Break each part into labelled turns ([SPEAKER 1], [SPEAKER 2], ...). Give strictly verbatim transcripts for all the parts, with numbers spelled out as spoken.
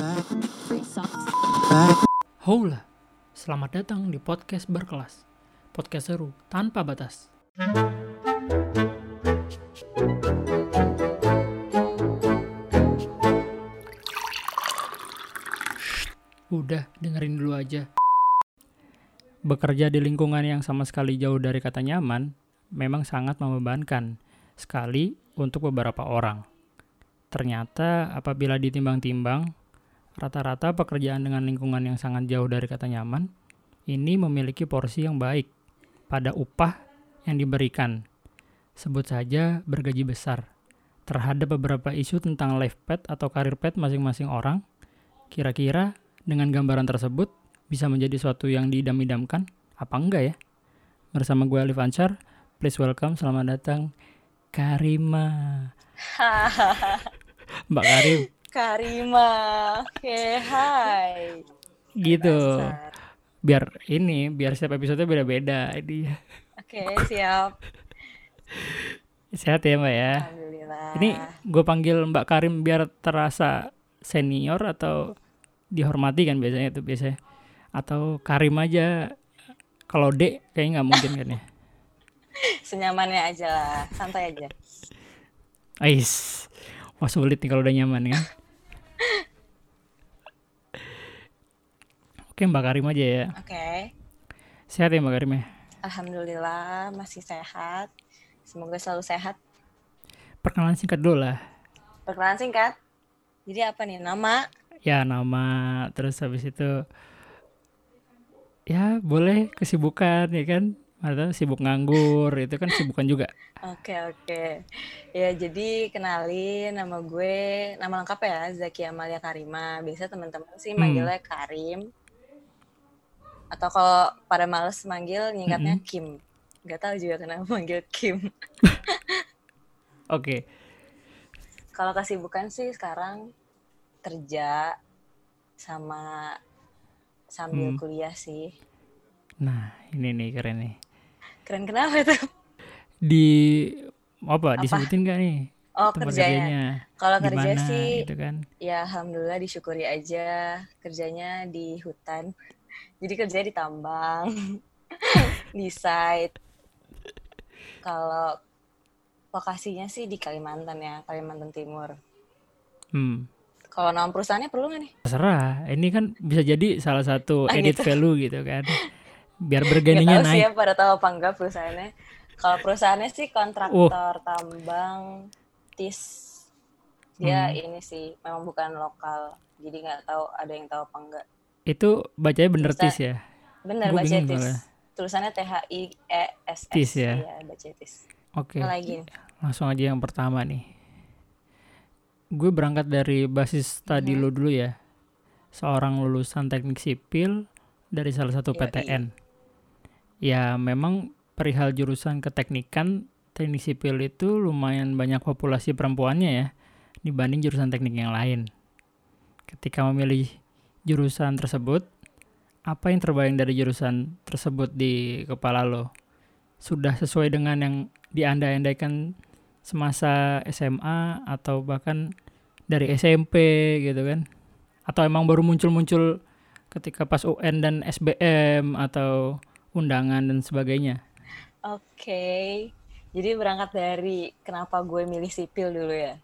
[SPEAKER 1] Hola, selamat datang di podcast berkelas. Podcast seru tanpa batas. Udah, dengerin dulu aja. Bekerja di lingkungan yang sama sekali jauh dari kata nyaman memang sangat membebankan sekali untuk beberapa orang. Ternyata apabila ditimbang-timbang, rata-rata pekerjaan dengan lingkungan yang sangat jauh dari kata nyaman ini memiliki porsi yang baik pada upah yang diberikan. Sebut saja bergaji besar. Terhadap beberapa isu tentang life path atau career path masing-masing orang, kira-kira dengan gambaran tersebut bisa menjadi suatu yang diidam-idamkan? Apa enggak ya? Bersama gue Alif Ansyar, please welcome, selamat datang Karima. Mbak Karim.
[SPEAKER 2] Karima, oke, hai.
[SPEAKER 1] Gitu. Biar ini, biar setiap episode beda-beda ini.
[SPEAKER 2] Oke, siap.
[SPEAKER 1] Sehat ya Mbak ya?
[SPEAKER 2] Alhamdulillah.
[SPEAKER 1] Ini gue panggil Mbak Karim biar terasa senior atau dihormati kan biasanya itu biasanya. Atau Karim aja. Kalau D kayaknya nggak mungkin kan ya?
[SPEAKER 2] Senyamannya aja lah, santai aja.
[SPEAKER 1] Ais, wah sulit nih kalau udah nyaman kan? Oke Mbak Karim aja ya.
[SPEAKER 2] Oke.
[SPEAKER 1] Sehat ya Mbak Karim ya?
[SPEAKER 2] Alhamdulillah masih sehat. Semoga selalu sehat.
[SPEAKER 1] Perkenalan singkat dulu lah.
[SPEAKER 2] Perkenalan singkat. Jadi apa nih nama?
[SPEAKER 1] Ya nama, terus habis itu ya boleh kesibukan ya kan? Atau sibuk nganggur, itu kan sibukan juga.
[SPEAKER 2] Oke oke. Ya jadi kenalin, nama gue, nama lengkap ya Zaki Amalia Karima. Biasa teman-teman sih manggilnya hmm. Karim. Atau kalau pada males manggil nyingkatnya mm-hmm. Kim. Gak tahu juga kenapa manggil Kim.
[SPEAKER 1] Oke. Okay.
[SPEAKER 2] Kalau kesibukan sih sekarang kerja sama sambil hmm. kuliah sih.
[SPEAKER 1] Nah, ini nih keren nih.
[SPEAKER 2] Keren kenapa tuh?
[SPEAKER 1] Di apa? apa? Disebutin gak nih?
[SPEAKER 2] Oh, kerjanya. Kalau kerja
[SPEAKER 1] Dimana,
[SPEAKER 2] sih
[SPEAKER 1] gitu kan?
[SPEAKER 2] Ya alhamdulillah disyukuri aja. Kerjanya di hutan. Jadi kerjanya di tambang. Di site. Kalau lokasinya sih di Kalimantan ya, Kalimantan Timur.
[SPEAKER 1] Hmm.
[SPEAKER 2] Kalau nama perusahaannya perlu nggak nih?
[SPEAKER 1] Terserah, ini kan bisa jadi salah satu
[SPEAKER 2] ah,
[SPEAKER 1] edit
[SPEAKER 2] gitu.
[SPEAKER 1] value gitu kan. Biar berganinya naik.
[SPEAKER 2] Gak tahu sih ya pada tahu apa enggak perusahaannya. Kalau perusahaannya sih kontraktor uh. tambang tis. Dia hmm. ini sih memang bukan lokal. Jadi nggak tahu ada yang tahu apa enggak.
[SPEAKER 1] Itu bacanya bener
[SPEAKER 2] Tulisan,
[SPEAKER 1] tis ya?
[SPEAKER 2] Bener baca tis. Malah. Tulisannya T H I E S S.
[SPEAKER 1] Tis ya?
[SPEAKER 2] Iya, baca tis.
[SPEAKER 1] Oke.
[SPEAKER 2] Okay.
[SPEAKER 1] Langsung aja yang pertama nih. Gue berangkat dari basis tadi mm-hmm. lo dulu ya. Seorang lulusan teknik sipil dari salah satu P T N. Ya memang perihal jurusan keteknikan teknik sipil itu lumayan banyak populasi perempuannya ya dibanding jurusan teknik yang lain. Ketika memilih jurusan tersebut, apa yang terbayang dari jurusan tersebut di kepala lo? Sudah sesuai dengan yang diandai-andaikan semasa S M A atau bahkan dari S M P gitu kan? Atau emang baru muncul-muncul ketika pas U N dan S B M atau undangan dan sebagainya?
[SPEAKER 2] Oke, okay. Jadi berangkat dari kenapa gue milih sipil dulu ya.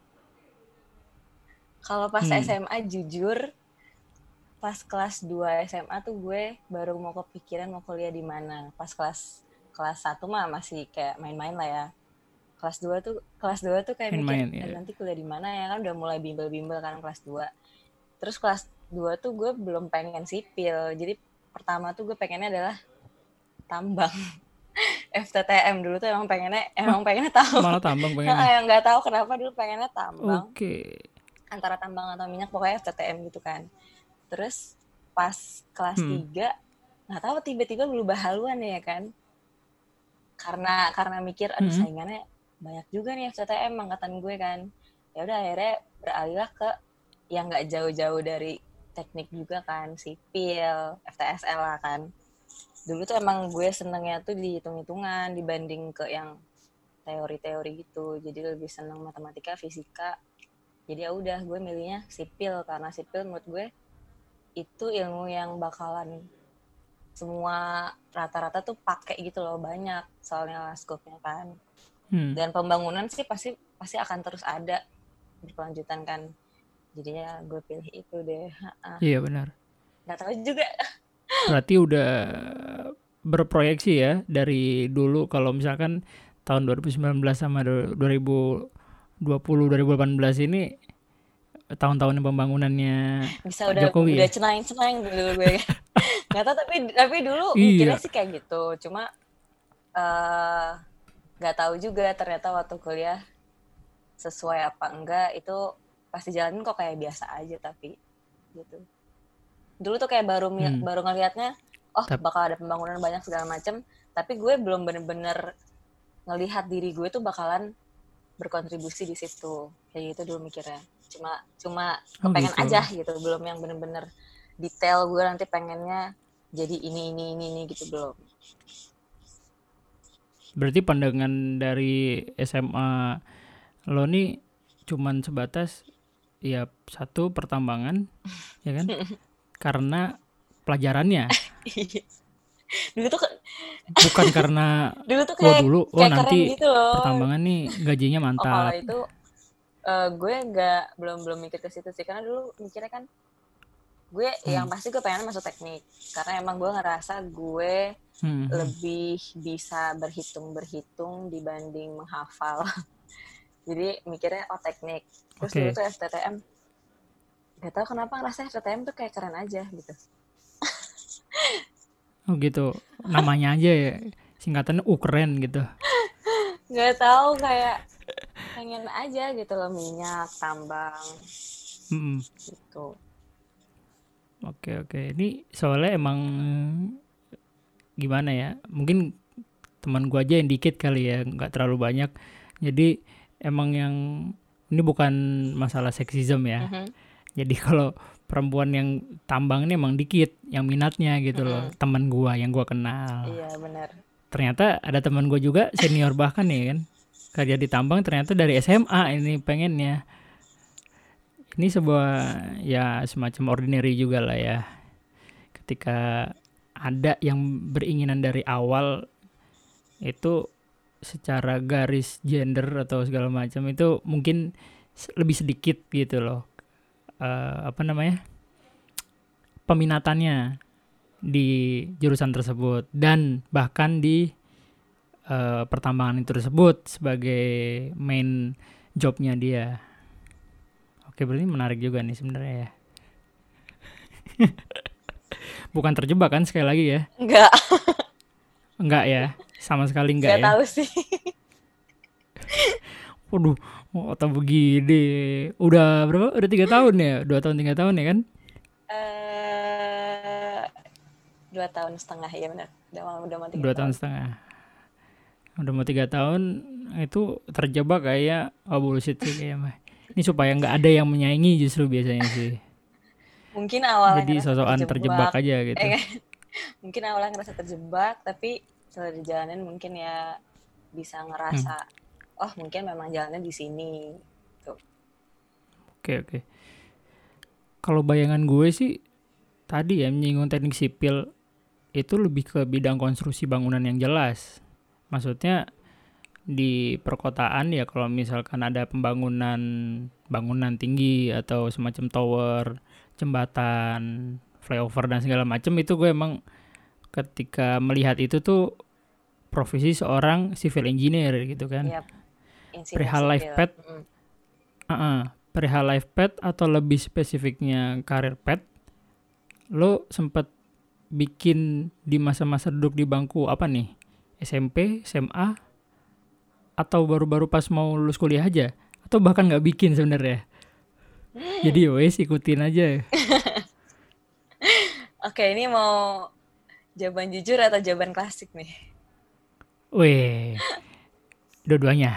[SPEAKER 2] Kalau pas hmm. S M A jujur, pas kelas dua S M A tuh gue baru mau kepikiran mau kuliah di mana. Pas kelas kelas satu mah masih kayak main-main lah ya. Kelas dua tuh kelas dua tuh kayak
[SPEAKER 1] main-main,
[SPEAKER 2] mikir
[SPEAKER 1] ya.
[SPEAKER 2] Nanti kuliah di mana ya, kan udah mulai bimbel-bimbel kan kelas dua. Terus kelas dua tuh gue belum pengen sipil. Jadi pertama tuh gue pengennya adalah tambang. F T T M dulu tuh emang pengennya emang oh, pengennya tahu.
[SPEAKER 1] Malah tambang pengennya.
[SPEAKER 2] Yang nggak tahu kenapa dulu pengennya tambang.
[SPEAKER 1] Oke. Okay.
[SPEAKER 2] Antara tambang atau minyak pokoknya F T T M gitu kan. Terus pas kelas hmm. tiga nggak tahu tiba-tiba berubah haluan ya kan. Karena karena mikir aduh hmm. saingannya banyak juga nih F T T M angkatan gue kan. Ya udah akhirnya beralihlah ke yang nggak jauh-jauh dari teknik juga kan, sipil, F T S L lah kan. Dulu tuh emang gue senengnya tuh di hitung-hitungan dibanding ke yang teori-teori gitu. Jadi lebih seneng matematika, fisika, Jadi ya udah gue milihnya sipil karena sipil menurut gue itu ilmu yang bakalan semua rata-rata tuh pakai gitu loh, banyak soalnya scope-nya kan.
[SPEAKER 1] Hmm.
[SPEAKER 2] Dan pembangunan sih pasti pasti akan terus ada berkelanjutan kan. Jadinya gue pilih itu deh. Ha-ha.
[SPEAKER 1] Iya benar.
[SPEAKER 2] Nggak tahu juga.
[SPEAKER 1] Berarti udah berproyeksi ya dari dulu kalau misalkan tahun dua ribu sembilan belas sama dua ribu dua puluh dua ribu delapan belas ini tahun-tahun pembangunannya
[SPEAKER 2] Bisa
[SPEAKER 1] Pak
[SPEAKER 2] udah
[SPEAKER 1] Jokowi
[SPEAKER 2] udah
[SPEAKER 1] ya.
[SPEAKER 2] cenayang-cenayang dulu gue. Nggak tahu tapi tapi dulu mikirnya
[SPEAKER 1] Iya.
[SPEAKER 2] sih kayak gitu. Cuma eh, nggak tahu juga ternyata waktu kuliah sesuai apa enggak itu pasti jalanin kok kayak biasa aja tapi gitu. Dulu tuh kayak baru
[SPEAKER 1] Hmm.
[SPEAKER 2] baru ngelihatnya oh
[SPEAKER 1] Tap-
[SPEAKER 2] bakal ada pembangunan banyak segala macem, tapi gue belum bener-bener ngelihat diri gue tuh bakalan berkontribusi di situ. Kayak gitu dulu mikirnya. Cuma cuma
[SPEAKER 1] oh
[SPEAKER 2] kepengen
[SPEAKER 1] gitu.
[SPEAKER 2] aja gitu, belum yang bener-bener detail gue nanti pengennya jadi ini ini ini, ini gitu belum.
[SPEAKER 1] Berarti pandangan dari S M A lo nih cuman sebatas ya satu pertambangan ya kan? Karena pelajarannya,
[SPEAKER 2] dulu tuh
[SPEAKER 1] bukan karena
[SPEAKER 2] dulu tuh
[SPEAKER 1] oh
[SPEAKER 2] kayak
[SPEAKER 1] dulu oh
[SPEAKER 2] kayak keren
[SPEAKER 1] nanti
[SPEAKER 2] gitu loh.
[SPEAKER 1] pertambangan nih gajinya
[SPEAKER 2] Oh kalau
[SPEAKER 1] mantap.
[SPEAKER 2] itu uh, gue nggak belum belum mikir ke situ sih karena dulu mikirnya kan gue yang
[SPEAKER 1] Hmm.
[SPEAKER 2] pasti gue pengen masuk teknik karena emang gue ngerasa gue
[SPEAKER 1] Hmm.
[SPEAKER 2] lebih bisa berhitung berhitung dibanding menghafal. Jadi mikirnya oh teknik. Terus dulu
[SPEAKER 1] Oke.
[SPEAKER 2] tuh F T T M gak tau kenapa ngerasa F T T M tuh kayak keren aja gitu.
[SPEAKER 1] Oh gitu. Namanya aja ya singkatannya U keren gitu.
[SPEAKER 2] Gak tahu kayak pengen aja gitu loh minyak tambang
[SPEAKER 1] Hmm.
[SPEAKER 2] gitu.
[SPEAKER 1] Oke oke. Ini soalnya emang gimana ya? Mungkin teman gua aja yang dikit kali ya, nggak terlalu banyak. Jadi emang yang ini bukan masalah seksisme ya.
[SPEAKER 2] Mm-hmm.
[SPEAKER 1] Jadi kalau perempuan yang tambang ini emang dikit yang minatnya gitu loh.
[SPEAKER 2] Mm-hmm.
[SPEAKER 1] Teman gua yang gua kenal.
[SPEAKER 2] Iya benar.
[SPEAKER 1] Ternyata ada teman gua juga senior bahkan ya kan. Kerja di tambang ternyata dari S M A ini pengennya. Ini sebuah ya semacam ordinary juga lah ya. Ketika ada yang beringinan dari awal itu secara garis gender atau segala macam itu mungkin lebih sedikit gitu loh. Uh, apa namanya? Peminatannya di jurusan tersebut dan bahkan di uh, pertambangan itu tersebut sebagai main jobnya dia. Oke, berarti menarik juga nih sebenarnya ya. Bukan terjebak kan sekali lagi ya?
[SPEAKER 2] Enggak.
[SPEAKER 1] Enggak ya, sama sekali enggak
[SPEAKER 2] Enggak
[SPEAKER 1] ya.
[SPEAKER 2] tahu sih.
[SPEAKER 1] Waduh, atau begini. Udah berapa? Udah tiga tahun ya? Dua tahun tiga tahun ya kan?
[SPEAKER 2] Eh dua tahun setengah ya benar. Udah mau udah mau tiga
[SPEAKER 1] Dua tahun
[SPEAKER 2] tahun.
[SPEAKER 1] setengah. Udah mau tiga tahun itu terjebak kayak oh bullshit sih kayaknya. Ini supaya nggak ada yang menyaingi justru biasanya sih.
[SPEAKER 2] Mungkin awalnya
[SPEAKER 1] Jadi
[SPEAKER 2] ngerasa
[SPEAKER 1] sosokan terjebak
[SPEAKER 2] terjebak,
[SPEAKER 1] aja gitu.
[SPEAKER 2] eh, mungkin awalnya ngerasa terjebak, tapi setelah dijalanin mungkin ya bisa
[SPEAKER 1] Hmm.
[SPEAKER 2] ngerasa, oh mungkin memang jalannya di sini. Tuh.
[SPEAKER 1] Oke oke. Kalau bayangan gue sih tadi ya menyinggung teknik sipil itu lebih ke bidang konstruksi bangunan yang jelas. Maksudnya di perkotaan ya kalau misalkan ada pembangunan bangunan tinggi atau semacam tower, jembatan, flyover dan segala macam itu gue emang ketika melihat itu tuh profesi seorang civil engineer gitu kan.
[SPEAKER 2] Yap, insinyur
[SPEAKER 1] Perihal life
[SPEAKER 2] sipil.
[SPEAKER 1] path,
[SPEAKER 2] Mm.
[SPEAKER 1] uh-uh, perihal life path atau lebih spesifiknya career path, lo sempat bikin di masa-masa duduk di bangku apa nih? S M P, S M A, atau baru-baru pas mau lulus kuliah aja? Atau bahkan nggak bikin sebenarnya? Jadi wes ikutin aja.
[SPEAKER 2] Oke, ini mau jawaban jujur atau jawaban klasik nih?
[SPEAKER 1] Weh, dua-duanya.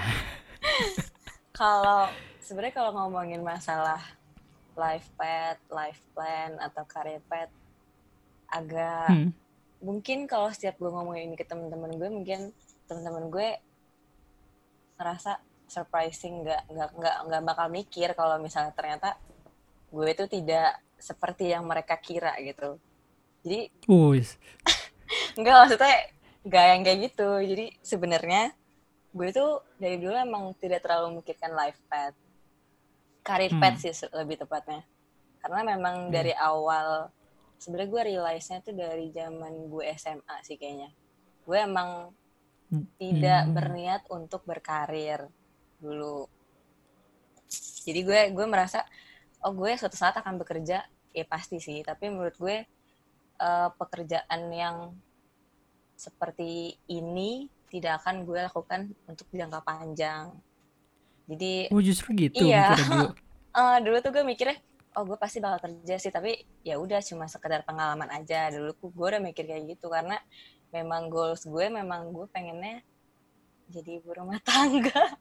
[SPEAKER 2] Kalau sebenarnya kalau ngomongin masalah life path, life plan atau career path, agak
[SPEAKER 1] Hmm.
[SPEAKER 2] mungkin kalau setiap gue ngomongin ini ke teman-teman gue, mungkin teman-teman gue ngerasa surprising, nggak nggak nggak nggak bakal mikir kalau misalnya ternyata gue itu tidak seperti yang mereka kira gitu. Jadi
[SPEAKER 1] Wis.
[SPEAKER 2] nggak, maksudnya nggak yang kayak gitu. Jadi sebenarnya gue tuh dari dulu emang tidak terlalu memikirkan life path, karir
[SPEAKER 1] Hmm.
[SPEAKER 2] path sih lebih tepatnya. Karena memang
[SPEAKER 1] Iya.
[SPEAKER 2] dari awal sebenarnya gue realize-nya tuh dari zaman gue S M A sih kayaknya. Gue emang tidak
[SPEAKER 1] Hmm.
[SPEAKER 2] berniat untuk berkarir dulu. Jadi gue gue merasa oh gue suatu saat akan bekerja, ya pasti sih. Tapi menurut gue uh, pekerjaan yang seperti ini tidak akan gue lakukan untuk jangka panjang. Jadi
[SPEAKER 1] Oh justru gitu
[SPEAKER 2] iya,
[SPEAKER 1] mikirnya dulu.
[SPEAKER 2] uh, dulu tuh gue mikirnya oh gue pasti bakal kerja sih, tapi ya udah cuma sekedar pengalaman aja. Dulu gue udah mikir kayak gitu karena memang goals gue memang gue pengennya jadi ibu rumah tangga.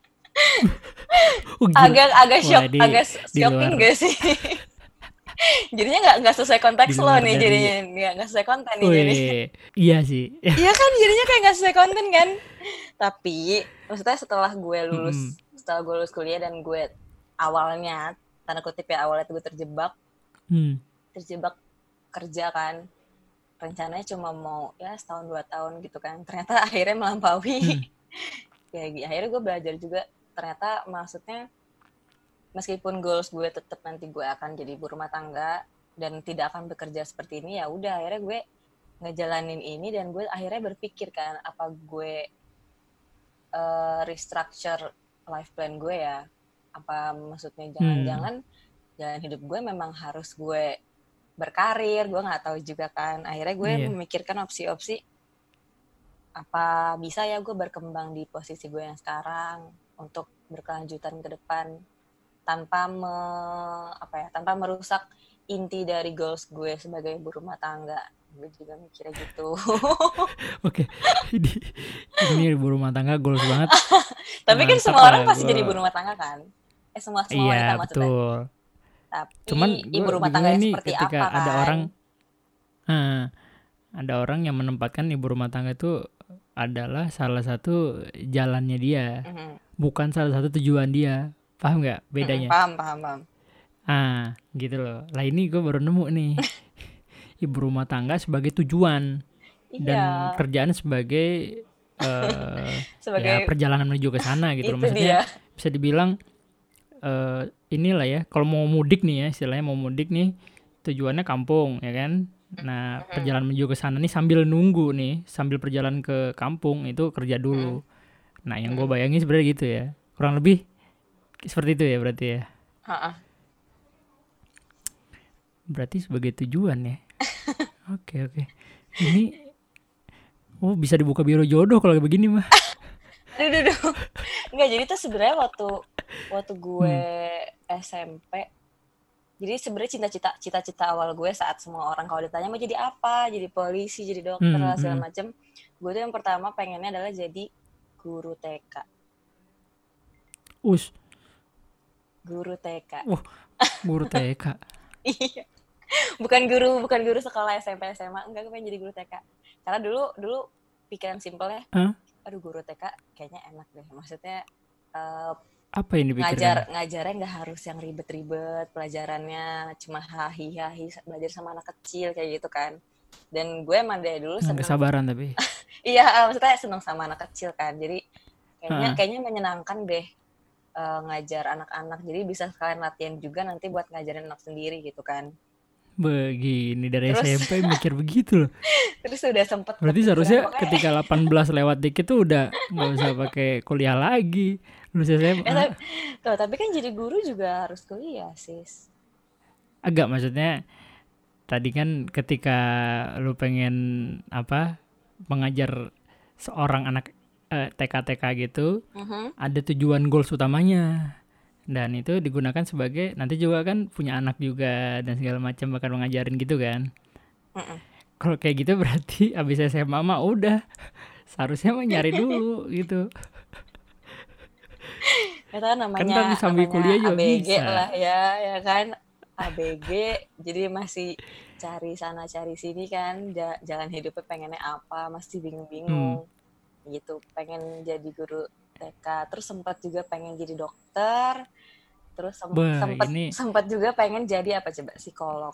[SPEAKER 1] Oh,
[SPEAKER 2] agak agak shock,
[SPEAKER 1] Wah, di,
[SPEAKER 2] agak
[SPEAKER 1] di
[SPEAKER 2] shocking
[SPEAKER 1] luar,
[SPEAKER 2] gak sih? Jadinya nggak nggak sesuai konteks
[SPEAKER 1] di
[SPEAKER 2] lo
[SPEAKER 1] luar
[SPEAKER 2] nih
[SPEAKER 1] dari,
[SPEAKER 2] jadinya, nggak nggak sesuai konten nih jadinya.
[SPEAKER 1] wih, iya sih.
[SPEAKER 2] Iya kan, jadinya kayak nggak sesuai konten kan. Tapi maksudnya setelah gue lulus,
[SPEAKER 1] Mm-mm.
[SPEAKER 2] setelah gue lulus kuliah dan gue awalnya tanda kutip ya awalnya tuh gue terjebak,
[SPEAKER 1] Hmm.
[SPEAKER 2] terjebak kerja kan. Rencananya cuma mau ya setahun dua tahun gitu kan. Ternyata akhirnya melampaui.
[SPEAKER 1] Hmm.
[SPEAKER 2] Ya akhirnya gue belajar juga. Ternyata maksudnya meskipun goals gue tetap nanti gue akan jadi ibu rumah tangga dan tidak akan bekerja seperti ini, ya udah akhirnya gue ngejalanin ini dan gue akhirnya berpikir kan apa gue uh, restructure life plan gue ya, apa maksudnya jangan-jangan hmm. jalan hidup gue memang harus gue berkarir, gue nggak tahu juga kan. Akhirnya gue yeah. memikirkan opsi-opsi apa bisa ya gue berkembang di posisi gue yang sekarang untuk berkelanjutan ke depan tanpa me, apa ya tanpa merusak inti dari goals gue sebagai ibu rumah tangga. Gue juga mikirnya gitu.
[SPEAKER 1] Oke, ini, ini ibu rumah tangga goals banget.
[SPEAKER 2] Tapi kan semua orang pasti gua... jadi ibu rumah tangga kan? Eh semua semua
[SPEAKER 1] iya,
[SPEAKER 2] wanita maksudnya.
[SPEAKER 1] Betul.
[SPEAKER 2] Tapi
[SPEAKER 1] cuman
[SPEAKER 2] ibu rumah tangga
[SPEAKER 1] ini
[SPEAKER 2] seperti
[SPEAKER 1] ketika
[SPEAKER 2] apa kan?
[SPEAKER 1] Ada orang, hmm, ada orang yang menempatkan ibu rumah tangga itu adalah salah satu jalannya dia, mm-hmm. bukan salah satu tujuan dia. Paham nggak bedanya?
[SPEAKER 2] Mm-hmm, paham, paham, paham.
[SPEAKER 1] Ah, gitu loh. Lah ini gue baru nemu nih. Ibu rumah tangga sebagai tujuan dan
[SPEAKER 2] iya.
[SPEAKER 1] kerjaan sebagai, uh, sebagai ya perjalanan menuju ke sana gitu loh. Maksudnya dia. Bisa dibilang uh, inilah ya, kalau mau mudik nih ya, istilahnya mau mudik nih, tujuannya kampung ya kan. Nah, mm-hmm. perjalanan menuju ke sana nih sambil nunggu nih, sambil perjalanan ke kampung itu kerja dulu. Mm-hmm. Nah, yang gue bayangin sebenarnya gitu ya. Kurang lebih seperti itu ya berarti ya.
[SPEAKER 2] Ha-ha.
[SPEAKER 1] Berarti sebagai tujuan ya. Oke oke. Ini oh bisa dibuka biro jodoh kalau begini mah.
[SPEAKER 2] Aduh, aduh, aduh. Enggak, jadi tuh sebenarnya waktu waktu gue hmm. S M P. Jadi sebenarnya cita-cita cita-cita awal gue saat semua orang kalau ditanya mau jadi apa, jadi polisi, jadi dokter hmm, segala hmm. macam. Gue tuh yang pertama pengennya adalah jadi guru T K.
[SPEAKER 1] Us.
[SPEAKER 2] Guru T K.
[SPEAKER 1] Wah, guru T K.
[SPEAKER 2] Iya. Bukan guru, bukan guru sekolah S M P S M A, enggak, gue pengen jadi guru T K. Karena dulu dulu pikiran simpelnya, huh? aduh guru T K kayaknya enak deh. Maksudnya uh,
[SPEAKER 1] apa ini pikiran?
[SPEAKER 2] Ngajar ngajarnya nggak harus yang ribet-ribet, pelajarannya cuma hahi-hahi belajar sama anak kecil kayak gitu kan. Dan gue emang dari dulu senang.
[SPEAKER 1] Kesabaran tapi.
[SPEAKER 2] Iya, maksudnya senang sama anak kecil kan. Jadi kayaknya huh? kayaknya menyenangkan deh. Uh, ngajar anak-anak, jadi bisa sekalian latihan juga nanti buat ngajarin anak sendiri gitu kan.
[SPEAKER 1] Begini dari terus, S M P mikir begitu loh.
[SPEAKER 2] Terus udah sempet.
[SPEAKER 1] Berarti seharusnya makanya... ketika delapan belas lewat dikit tuh udah nggak usah pakai kuliah lagi. Lulus S M A.
[SPEAKER 2] Ya, tuh, tapi kan jadi guru juga harus kuliah sis.
[SPEAKER 1] Agak maksudnya tadi kan ketika lu pengen apa mengajar seorang anak Eh, T K T K gitu, uh-huh. ada tujuan goals utamanya dan itu digunakan sebagai nanti juga kan punya anak juga dan segala macam bakal mengajarin gitu kan. Uh-uh. Kalau kayak gitu berarti abis S M A mah udah seharusnya mah nyari dulu gitu.
[SPEAKER 2] Itu namanya,
[SPEAKER 1] kan sambil kuliah juga
[SPEAKER 2] A B G
[SPEAKER 1] bisa
[SPEAKER 2] lah ya, ya kan A B G jadi masih cari sana cari sini kan, jalan hidupnya pengennya apa masih bingung-bingung. Hmm. gitu, pengen jadi guru T K, terus sempat juga pengen jadi dokter, terus sem-
[SPEAKER 1] Bah,
[SPEAKER 2] sempat
[SPEAKER 1] ini
[SPEAKER 2] sempat juga pengen jadi apa coba, psikolog.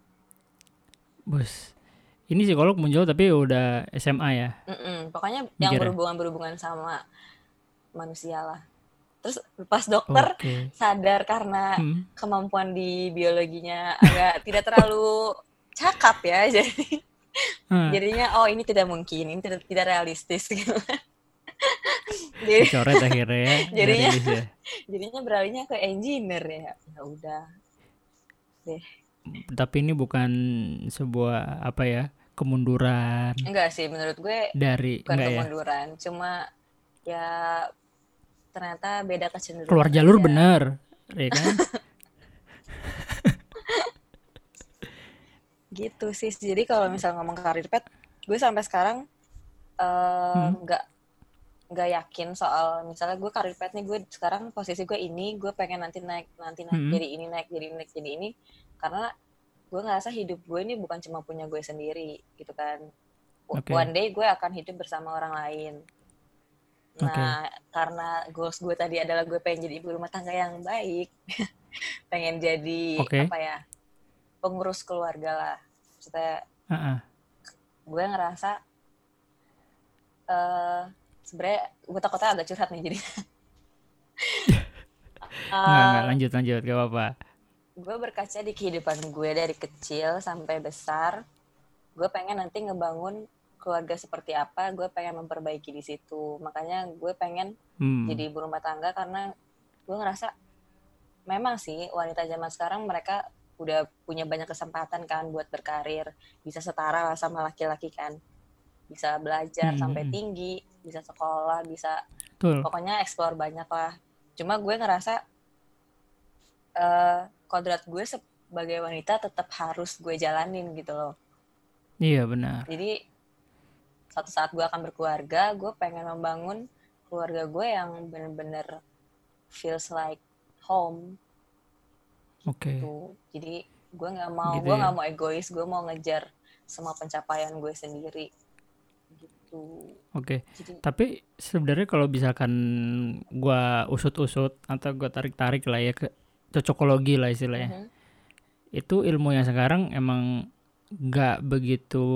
[SPEAKER 1] bos. Ini psikolog muncul tapi udah S M A ya
[SPEAKER 2] Mm-mm, pokoknya yang
[SPEAKER 1] mikirnya.
[SPEAKER 2] berhubungan berhubungan sama manusia lah. Terus pas dokter
[SPEAKER 1] Oke.
[SPEAKER 2] sadar karena
[SPEAKER 1] Hmm.
[SPEAKER 2] kemampuan di biologinya agak tidak terlalu cakap ya, jadi
[SPEAKER 1] Ah,
[SPEAKER 2] jadinya oh ini tidak mungkin, ini tidak tidak realistis gitu. Jadi
[SPEAKER 1] dicoret akhirnya ya dari
[SPEAKER 2] jadinya
[SPEAKER 1] list ya.
[SPEAKER 2] jadinya beralihnya ke engineer ya. Ya udah deh.
[SPEAKER 1] Tapi ini bukan sebuah apa ya kemunduran
[SPEAKER 2] Enggak sih, menurut gue
[SPEAKER 1] dari
[SPEAKER 2] bukan
[SPEAKER 1] enggak ya.
[SPEAKER 2] kemunduran, cuma ya ternyata beda kecenderungan
[SPEAKER 1] Keluar jalur
[SPEAKER 2] aja.
[SPEAKER 1] bener, ya kan?
[SPEAKER 2] Gitu sih. Jadi kalau misalnya ngomong karir pet, gue sampai sekarang eh,
[SPEAKER 1] Hmm.
[SPEAKER 2] nggak nggak yakin soal misalnya gue karir pet nih, gue sekarang posisi gue ini, gue pengen nanti naik nanti naik
[SPEAKER 1] Hmm.
[SPEAKER 2] jadi ini naik jadi ini naik jadi ini, karena gue ngerasa hidup gue ini bukan cuma punya gue sendiri gitu kan.
[SPEAKER 1] Oke.
[SPEAKER 2] One day gue akan hidup bersama orang lain. Nah,
[SPEAKER 1] Oke.
[SPEAKER 2] karena goals gue tadi adalah gue pengen jadi ibu rumah tangga yang baik, pengen jadi
[SPEAKER 1] Oke.
[SPEAKER 2] apa ya, pengurus keluarga lah. Maksudnya
[SPEAKER 1] Ah-ah.
[SPEAKER 2] gue ngerasa uh, sebenarnya gue takutnya agak curhat nih jadi.
[SPEAKER 1] Enggak enggak
[SPEAKER 2] uh,
[SPEAKER 1] lanjut lanjut gak apa-apa.
[SPEAKER 2] gue berkaca di kehidupan gue dari kecil sampai besar, gue pengen nanti ngebangun keluarga seperti apa, gue pengen memperbaiki di situ. Makanya gue pengen
[SPEAKER 1] Hmm.
[SPEAKER 2] jadi ibu rumah tangga karena gue ngerasa memang sih wanita zaman sekarang mereka udah punya banyak kesempatan kan buat berkarir, bisa setara lah sama laki-laki kan, bisa belajar
[SPEAKER 1] Hmm.
[SPEAKER 2] sampai tinggi, bisa sekolah, bisa
[SPEAKER 1] Betul.
[SPEAKER 2] pokoknya explore banyak lah. Cuma gue ngerasa uh, kodrat gue sebagai wanita tetap harus gue jalanin gitu loh.
[SPEAKER 1] Iya benar.
[SPEAKER 2] Jadi suatu saat gue akan berkeluarga, gue pengen membangun keluarga gue yang benar-benar feels like home.
[SPEAKER 1] Oke.
[SPEAKER 2] Gitu. Jadi gue nggak mau,
[SPEAKER 1] Gitu
[SPEAKER 2] gue
[SPEAKER 1] ya.
[SPEAKER 2] nggak mau egois, gue mau ngejar semua pencapaian gue sendiri. Gitu.
[SPEAKER 1] Oke.
[SPEAKER 2] Jadi
[SPEAKER 1] Tapi sebenarnya kalau misalkan gua usut-usut atau gua tarik-tarik lah ya ke cocokologi lah istilahnya.
[SPEAKER 2] mhm,
[SPEAKER 1] Itu ilmu yang sekarang emang nggak begitu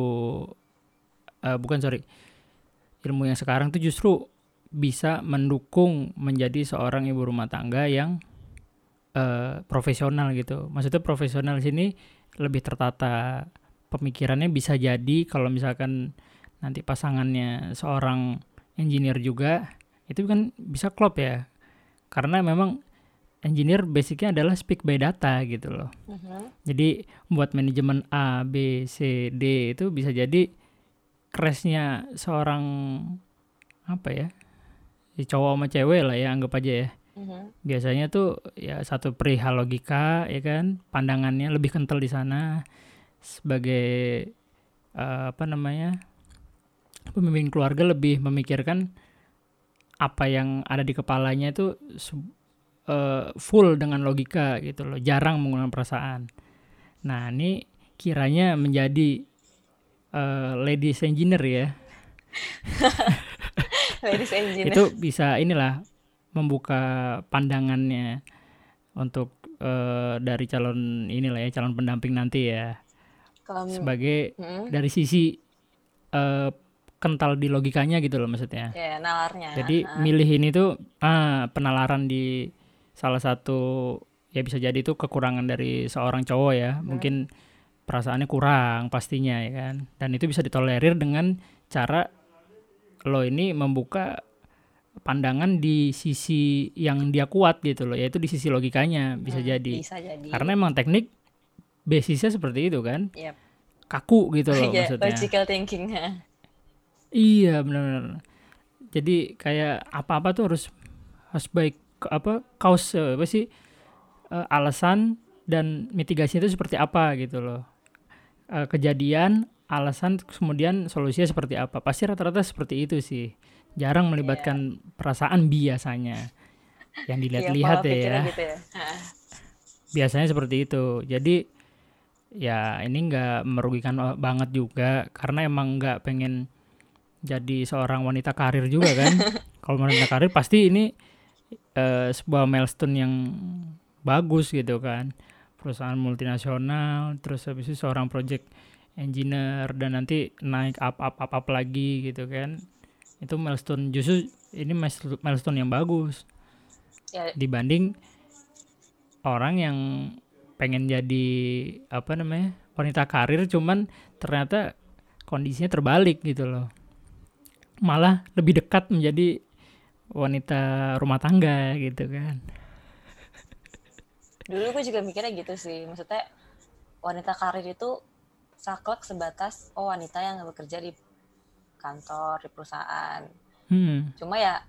[SPEAKER 1] eh, bukan sorry ilmu yang sekarang tuh justru bisa mendukung menjadi seorang ibu rumah tangga yang eh, profesional gitu. Maksudnya profesional di sini lebih tertata, pemikirannya bisa jadi kalau misalkan nanti pasangannya seorang engineer juga itu kan bisa klop ya, karena memang engineer basicnya adalah speak by data gitu loh.
[SPEAKER 2] mhm,
[SPEAKER 1] Jadi buat manajemen A, B, C, D itu bisa jadi crashnya seorang apa ya, si cowok sama cewek lah ya anggap aja ya.
[SPEAKER 2] mhm,
[SPEAKER 1] Biasanya tuh ya satu perihal logika ya kan, pandangannya lebih kental di sana sebagai eh, apa namanya pemimpin keluarga lebih memikirkan apa yang ada di kepalanya itu se- eh, full dengan logika gitu loh, jarang menggunakan perasaan. Nah ini kiranya menjadi eh, ladies engineer ya,
[SPEAKER 2] ladies engineer.
[SPEAKER 1] itu bisa inilah membuka pandangannya untuk eh, dari calon inilah ya, calon pendamping nanti ya,
[SPEAKER 2] Kalau
[SPEAKER 1] sebagai
[SPEAKER 2] mhm,
[SPEAKER 1] dari sisi eh, kental di logikanya gitu loh maksudnya.
[SPEAKER 2] ya nalarnya.
[SPEAKER 1] Jadi
[SPEAKER 2] Nah,
[SPEAKER 1] milih ini tuh ah, penalaran di salah satu ya bisa jadi itu kekurangan dari seorang cowok ya,
[SPEAKER 2] mhm,
[SPEAKER 1] mungkin perasaannya kurang pastinya ya kan, dan itu bisa ditolerir dengan cara lo ini membuka pandangan di sisi yang dia kuat gitu loh, yaitu di sisi logikanya bisa
[SPEAKER 2] mhm,
[SPEAKER 1] jadi,
[SPEAKER 2] bisa jadi.
[SPEAKER 1] karena emang teknik basisnya seperti itu kan,
[SPEAKER 2] Yep.
[SPEAKER 1] kaku gitu loh
[SPEAKER 2] Ya,
[SPEAKER 1] maksudnya.
[SPEAKER 2] logical thinking.
[SPEAKER 1] Iya benar-benar. Jadi kayak apa-apa tuh harus harus baik apa kaus apa sih eh, alasan dan mitigasinya itu seperti apa gitu loh. Eh, kejadian, alasan, kemudian solusinya seperti apa. Pasti rata-rata seperti itu sih. Jarang melibatkan perasaan biasanya. Yang
[SPEAKER 2] Iya,
[SPEAKER 1] dilihat-lihat
[SPEAKER 2] pola
[SPEAKER 1] ya.
[SPEAKER 2] pikirnya
[SPEAKER 1] ya.
[SPEAKER 2] gitu ya. Hah.
[SPEAKER 1] Biasanya seperti itu. Jadi ya ini nggak merugikan banget juga karena emang nggak pengen jadi seorang wanita karir juga kan. Kalau merendah karir pasti ini uh, sebuah milestone yang bagus gitu kan. Perusahaan multinasional, terus habis itu seorang project engineer dan nanti naik up up up up lagi gitu kan. Itu milestone, justru ini milestone yang bagus. Ya. Dibanding orang yang pengen jadi apa namanya wanita karir cuman ternyata kondisinya terbalik gitu loh, malah lebih dekat menjadi wanita rumah tangga gitu kan.
[SPEAKER 2] Dulu gue juga mikirnya gitu sih, maksudnya wanita karir itu saklek sebatas oh wanita yang bekerja di kantor, di perusahaan. hmm. Cuma ya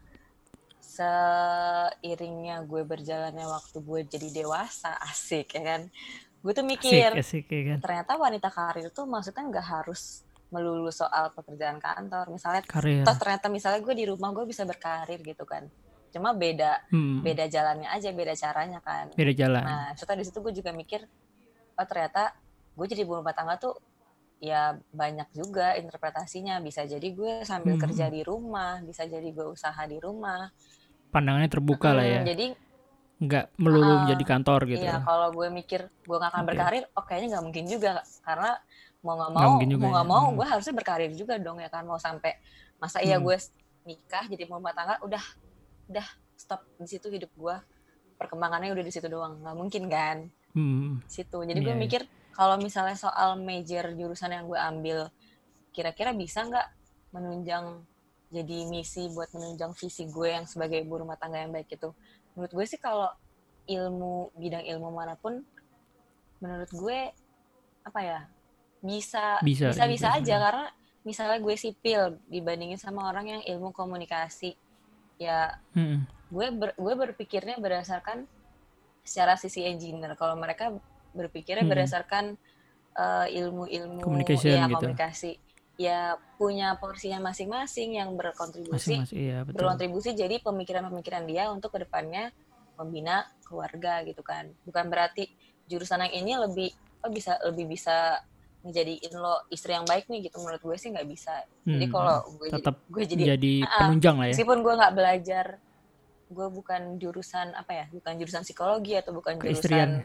[SPEAKER 2] seiringnya gue berjalannya waktu gue jadi dewasa, asik ya kan, gue tuh mikir
[SPEAKER 1] asik, asik, ya kan?
[SPEAKER 2] Ternyata wanita karir tuh maksudnya nggak harus melulu soal pekerjaan kantor, misalnya
[SPEAKER 1] karir.
[SPEAKER 2] Toh ternyata misalnya gue di rumah gue bisa berkarir gitu kan, cuma beda hmm. beda jalannya aja, beda caranya kan,
[SPEAKER 1] beda jalan.
[SPEAKER 2] Nah setelah di situ gue juga mikir oh ternyata gue jadi ibu rumah tangga tuh ya banyak juga interpretasinya, bisa jadi gue sambil hmm. kerja di rumah, bisa jadi gue usaha di rumah,
[SPEAKER 1] pandangannya terbuka hmm, lah ya,
[SPEAKER 2] jadi
[SPEAKER 1] nggak melulu uh, menjadi kantor gitu.
[SPEAKER 2] Iya, kalau gue mikir gue nggak akan okay. berkarir, oh kayaknya nggak mungkin juga, karena mau nggak mau, gak mau nggak ya. mau, hmm. gue harusnya berkarir juga dong ya kan, mau sampai masa iya hmm. gue nikah jadi rumah tangga, udah, udah stop di situ hidup gue, perkembangannya udah di situ doang, nggak mungkin kan, hmm. situ. Jadi yeah. gue mikir kalau misalnya soal major jurusan yang gue ambil, kira-kira bisa nggak menunjang jadi misi buat menunjang visi gue yang sebagai ibu rumah tangga yang baik itu. Menurut gue sih kalau ilmu, bidang ilmu manapun menurut gue apa ya bisa bisa bisa, bisa aja ya. Karena misalnya gue sipil dibandingin sama orang yang ilmu komunikasi ya, hmm. gue ber, gue berpikirnya berdasarkan secara sisi engineer, kalau mereka berpikirnya hmm. berdasarkan uh, ilmu-ilmu ya
[SPEAKER 1] gitu.
[SPEAKER 2] komunikasi ya, punya porsinya masing-masing yang berkontribusi
[SPEAKER 1] Masing-masing, iya, betul.
[SPEAKER 2] berkontribusi jadi pemikiran-pemikiran dia untuk kedepannya membina keluarga gitu kan. Bukan berarti jurusan yang ini lebih oh bisa lebih bisa ngejadiin lo istri yang baik nih gitu, menurut gue sih nggak bisa. Hmm, jadi kalau gue
[SPEAKER 1] tetap
[SPEAKER 2] jadi, gue jadi,
[SPEAKER 1] jadi penunjang lah ya.
[SPEAKER 2] Meskipun gue nggak belajar, gue bukan jurusan apa ya, bukan jurusan psikologi atau bukan
[SPEAKER 1] Keistrian.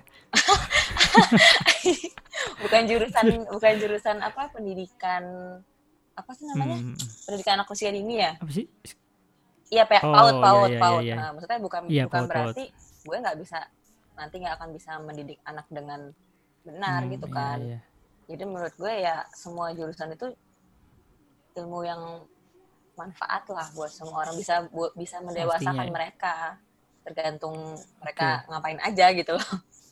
[SPEAKER 2] jurusan bukan jurusan bukan jurusan apa pendidikan apa sih namanya hmm. pendidikan anak usia dini ya.
[SPEAKER 1] Apa sih?
[SPEAKER 2] Iya, P A D,
[SPEAKER 1] oh,
[SPEAKER 2] PAUD, PAUD,
[SPEAKER 1] iya, iya,
[SPEAKER 2] PAUD.
[SPEAKER 1] iya, iya.
[SPEAKER 2] Nah, maksudnya bukan
[SPEAKER 1] iya,
[SPEAKER 2] bukan
[SPEAKER 1] PAUD,
[SPEAKER 2] berarti
[SPEAKER 1] PAUD.
[SPEAKER 2] gue nggak bisa nanti nggak akan bisa mendidik anak dengan benar hmm, gitu kan.
[SPEAKER 1] Iya, iya.
[SPEAKER 2] Jadi menurut gue ya semua jurusan itu ilmu yang manfaat lah buat semua orang, bisa bu, bisa mendewasakan Pastinya. mereka. Tergantung mereka okay. ngapain aja gitu loh.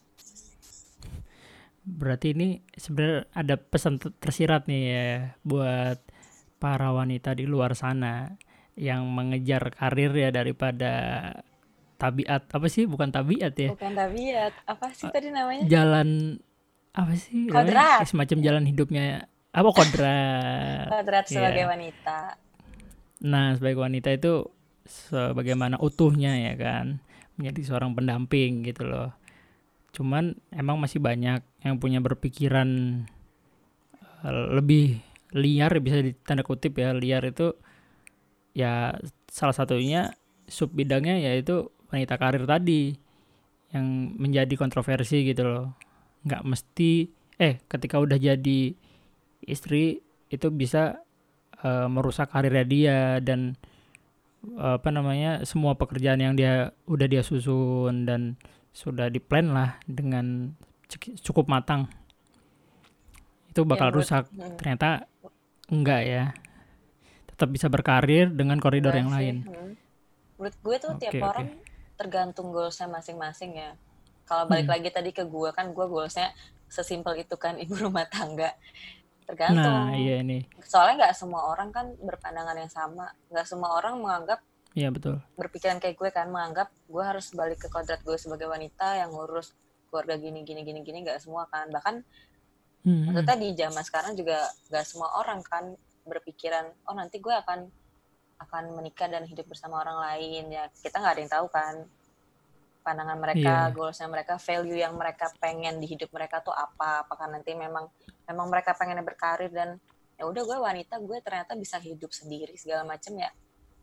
[SPEAKER 1] Berarti ini sebenarnya ada pesan tersirat nih ya buat para wanita di luar sana yang mengejar karir ya daripada tabiat, apa sih, bukan tabiat ya,
[SPEAKER 2] bukan tabiat, apa sih tadi namanya,
[SPEAKER 1] jalan apa sih
[SPEAKER 2] kodrat,
[SPEAKER 1] namanya? Semacam jalan hidupnya apa, kodrat
[SPEAKER 2] kodrat sebagai yeah. wanita.
[SPEAKER 1] Nah sebagai wanita itu sebagaimana utuhnya ya kan, menjadi seorang pendamping gitu loh. Cuman emang masih banyak yang punya berpikiran lebih liar, bisa ditanda kutip ya, liar itu ya salah satunya sub bidangnya yaitu wanita karir tadi yang menjadi kontroversi gitu loh. Nggak mesti eh ketika udah jadi istri itu bisa uh, merusak karirnya dia dan uh, apa namanya semua pekerjaan yang dia udah dia susun dan sudah diplan lah dengan cukup matang itu bakal ya, rusak. Hmm. Ternyata enggak ya, tetap bisa berkarir dengan koridor yang lain.
[SPEAKER 2] Hmm. Menurut gue tuh okay, tiap okay. orang tergantung goalsnya masing-masing ya. Kalau balik hmm. lagi tadi ke gue, kan gue goalsnya sesimpel itu kan, ibu rumah tangga. Tergantung.
[SPEAKER 1] Nah, iya ini.
[SPEAKER 2] Soalnya nggak semua orang kan berpandangan yang sama. Nggak semua orang menganggap.
[SPEAKER 1] Iya betul.
[SPEAKER 2] Berpikiran kayak gue kan, menganggap gue harus balik ke kodrat gue sebagai wanita yang ngurus keluarga gini gini gini gini. Nggak semua kan. Bahkan hmm. maksudnya di zaman sekarang juga nggak semua orang kan berpikiran, oh nanti gue akan akan menikah dan hidup bersama orang lain ya. Kita nggak ada yang tahu kan pandangan mereka, yeah. goalsnya mereka, value yang mereka pengen di hidup mereka tuh apa. Apakah nanti memang memang mereka pengen berkarir dan ya udah gue wanita, gue ternyata bisa hidup sendiri segala macam ya.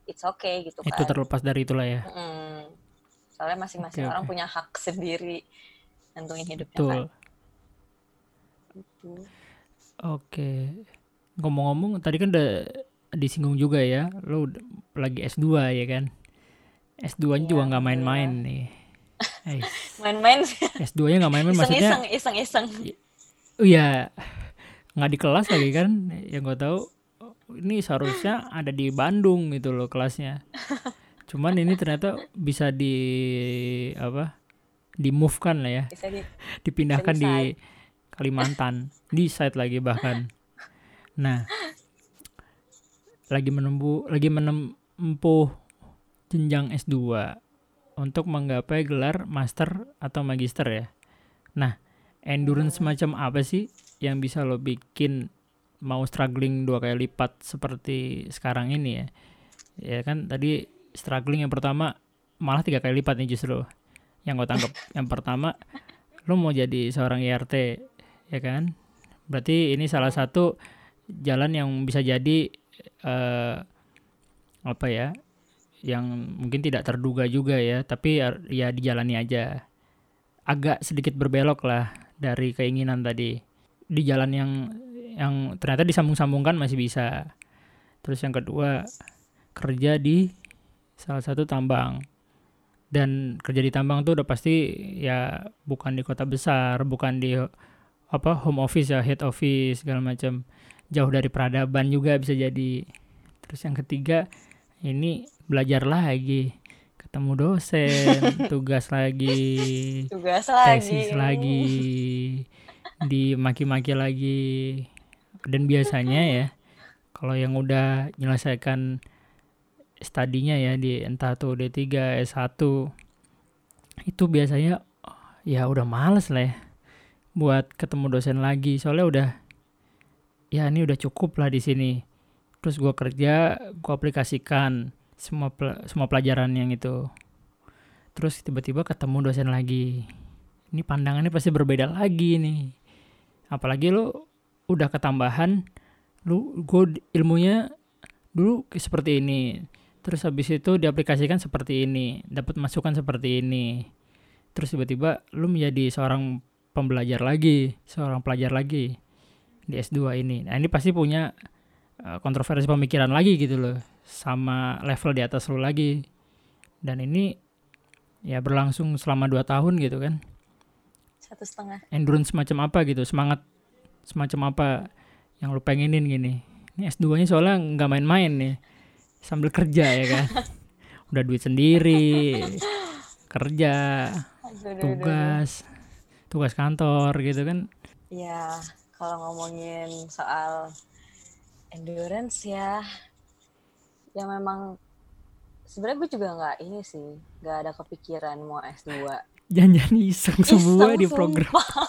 [SPEAKER 2] it's okay gitu kan.
[SPEAKER 1] Itu terlepas dari itulah ya.
[SPEAKER 2] Mm-mm. Soalnya masing-masing
[SPEAKER 1] Oke,
[SPEAKER 2] orang
[SPEAKER 1] oke.
[SPEAKER 2] punya hak sendiri nentuin hidupnya kan.
[SPEAKER 1] Betul.
[SPEAKER 2] Gitu.
[SPEAKER 1] Oke. Ngomong-ngomong tadi kan udah disinggung juga ya, lu udah- lagi S dua ya kan. S dua-nya
[SPEAKER 2] Iya,
[SPEAKER 1] juga nggak main-main
[SPEAKER 2] alhamdulillah.
[SPEAKER 1] nih. Ais.
[SPEAKER 2] Main-main
[SPEAKER 1] S dua-nya nggak main-main
[SPEAKER 2] iseng-iseng,
[SPEAKER 1] maksudnya
[SPEAKER 2] iseng-iseng.
[SPEAKER 1] oh ya nggak di kelas lagi kan, yang gue tahu ini seharusnya ada di Bandung gitu loh kelasnya, cuman ini ternyata bisa di apa di move kan lah ya,
[SPEAKER 2] Bisa di bisa
[SPEAKER 1] dipindahkan
[SPEAKER 2] decide.
[SPEAKER 1] di Kalimantan, di site lagi bahkan. Nah, lagi menempuh lagi menempuh jenjang S dua untuk menggapai gelar master atau magister ya. Nah, endurance
[SPEAKER 2] Mm-mm.
[SPEAKER 1] macam apa sih yang bisa lo bikin mau struggling dua kali lipat seperti sekarang ini ya? Ya kan tadi struggling yang pertama malah tiga kali lipat nih justru. Yang gue tangkap. Yang pertama, lo mau jadi seorang I R T, ya kan? Berarti ini salah
[SPEAKER 2] Mm.
[SPEAKER 1] satu jalan yang bisa jadi eh, apa ya? Yang mungkin tidak terduga juga ya, tapi ya, ya dijalani aja. Agak sedikit berbelok lah dari keinginan tadi. Di jalan yang yang ternyata disambung-sambungkan masih bisa. Terus yang kedua, kerja di salah satu tambang. Dan kerja di tambang tuh udah pasti ya bukan di kota besar, bukan di apa home office ya, head office segala macam. Jauh dari peradaban juga bisa jadi. Terus yang ketiga, ini belajar lagi, ketemu dosen, tugas lagi,
[SPEAKER 2] Tugas
[SPEAKER 1] tesis
[SPEAKER 2] lagi.
[SPEAKER 1] lagi, dimaki-maki lagi. Dan biasanya ya, kalau yang udah menyelesaikan studinya ya di entah tuh D tiga, S satu, itu biasanya ya udah males lah ya buat ketemu dosen lagi. Soalnya udah, ya ini udah cukup lah di sini. Terus gue kerja, gue aplikasikan semua pel- semua pelajaran yang itu. Terus tiba-tiba ketemu dosen lagi. Ini pandangannya pasti berbeda lagi nih. Apalagi lo udah ketambahan, lu gue ilmunya dulu seperti ini, terus habis itu diaplikasikan seperti ini, dapat masukan seperti ini, terus tiba-tiba lu menjadi seorang pembelajar lagi, seorang pelajar lagi di S dua ini. Nah ini pasti punya uh, kontroversi pemikiran lagi gitu loh, sama level di atas lu lagi. Dan ini ya berlangsung selama dua tahun gitu kan.
[SPEAKER 2] Satu setengah.
[SPEAKER 1] Endurance semacam apa gitu, semangat semacam apa yang lu pengenin gini. Ini S dua-nya soalnya nggak main-main nih, sambil kerja ya kan. Udah duit sendiri, kerja,
[SPEAKER 2] Aduh, aduh, aduh, aduh.
[SPEAKER 1] tugas, tugas kantor gitu kan.
[SPEAKER 2] Ya, kalau ngomongin soal endurance ya, ya memang sebenarnya gue juga nggak ini sih, nggak ada kepikiran mau S dua.
[SPEAKER 1] Jangan-jangan iseng semua
[SPEAKER 2] Iseng
[SPEAKER 1] di program.
[SPEAKER 2] sumpah.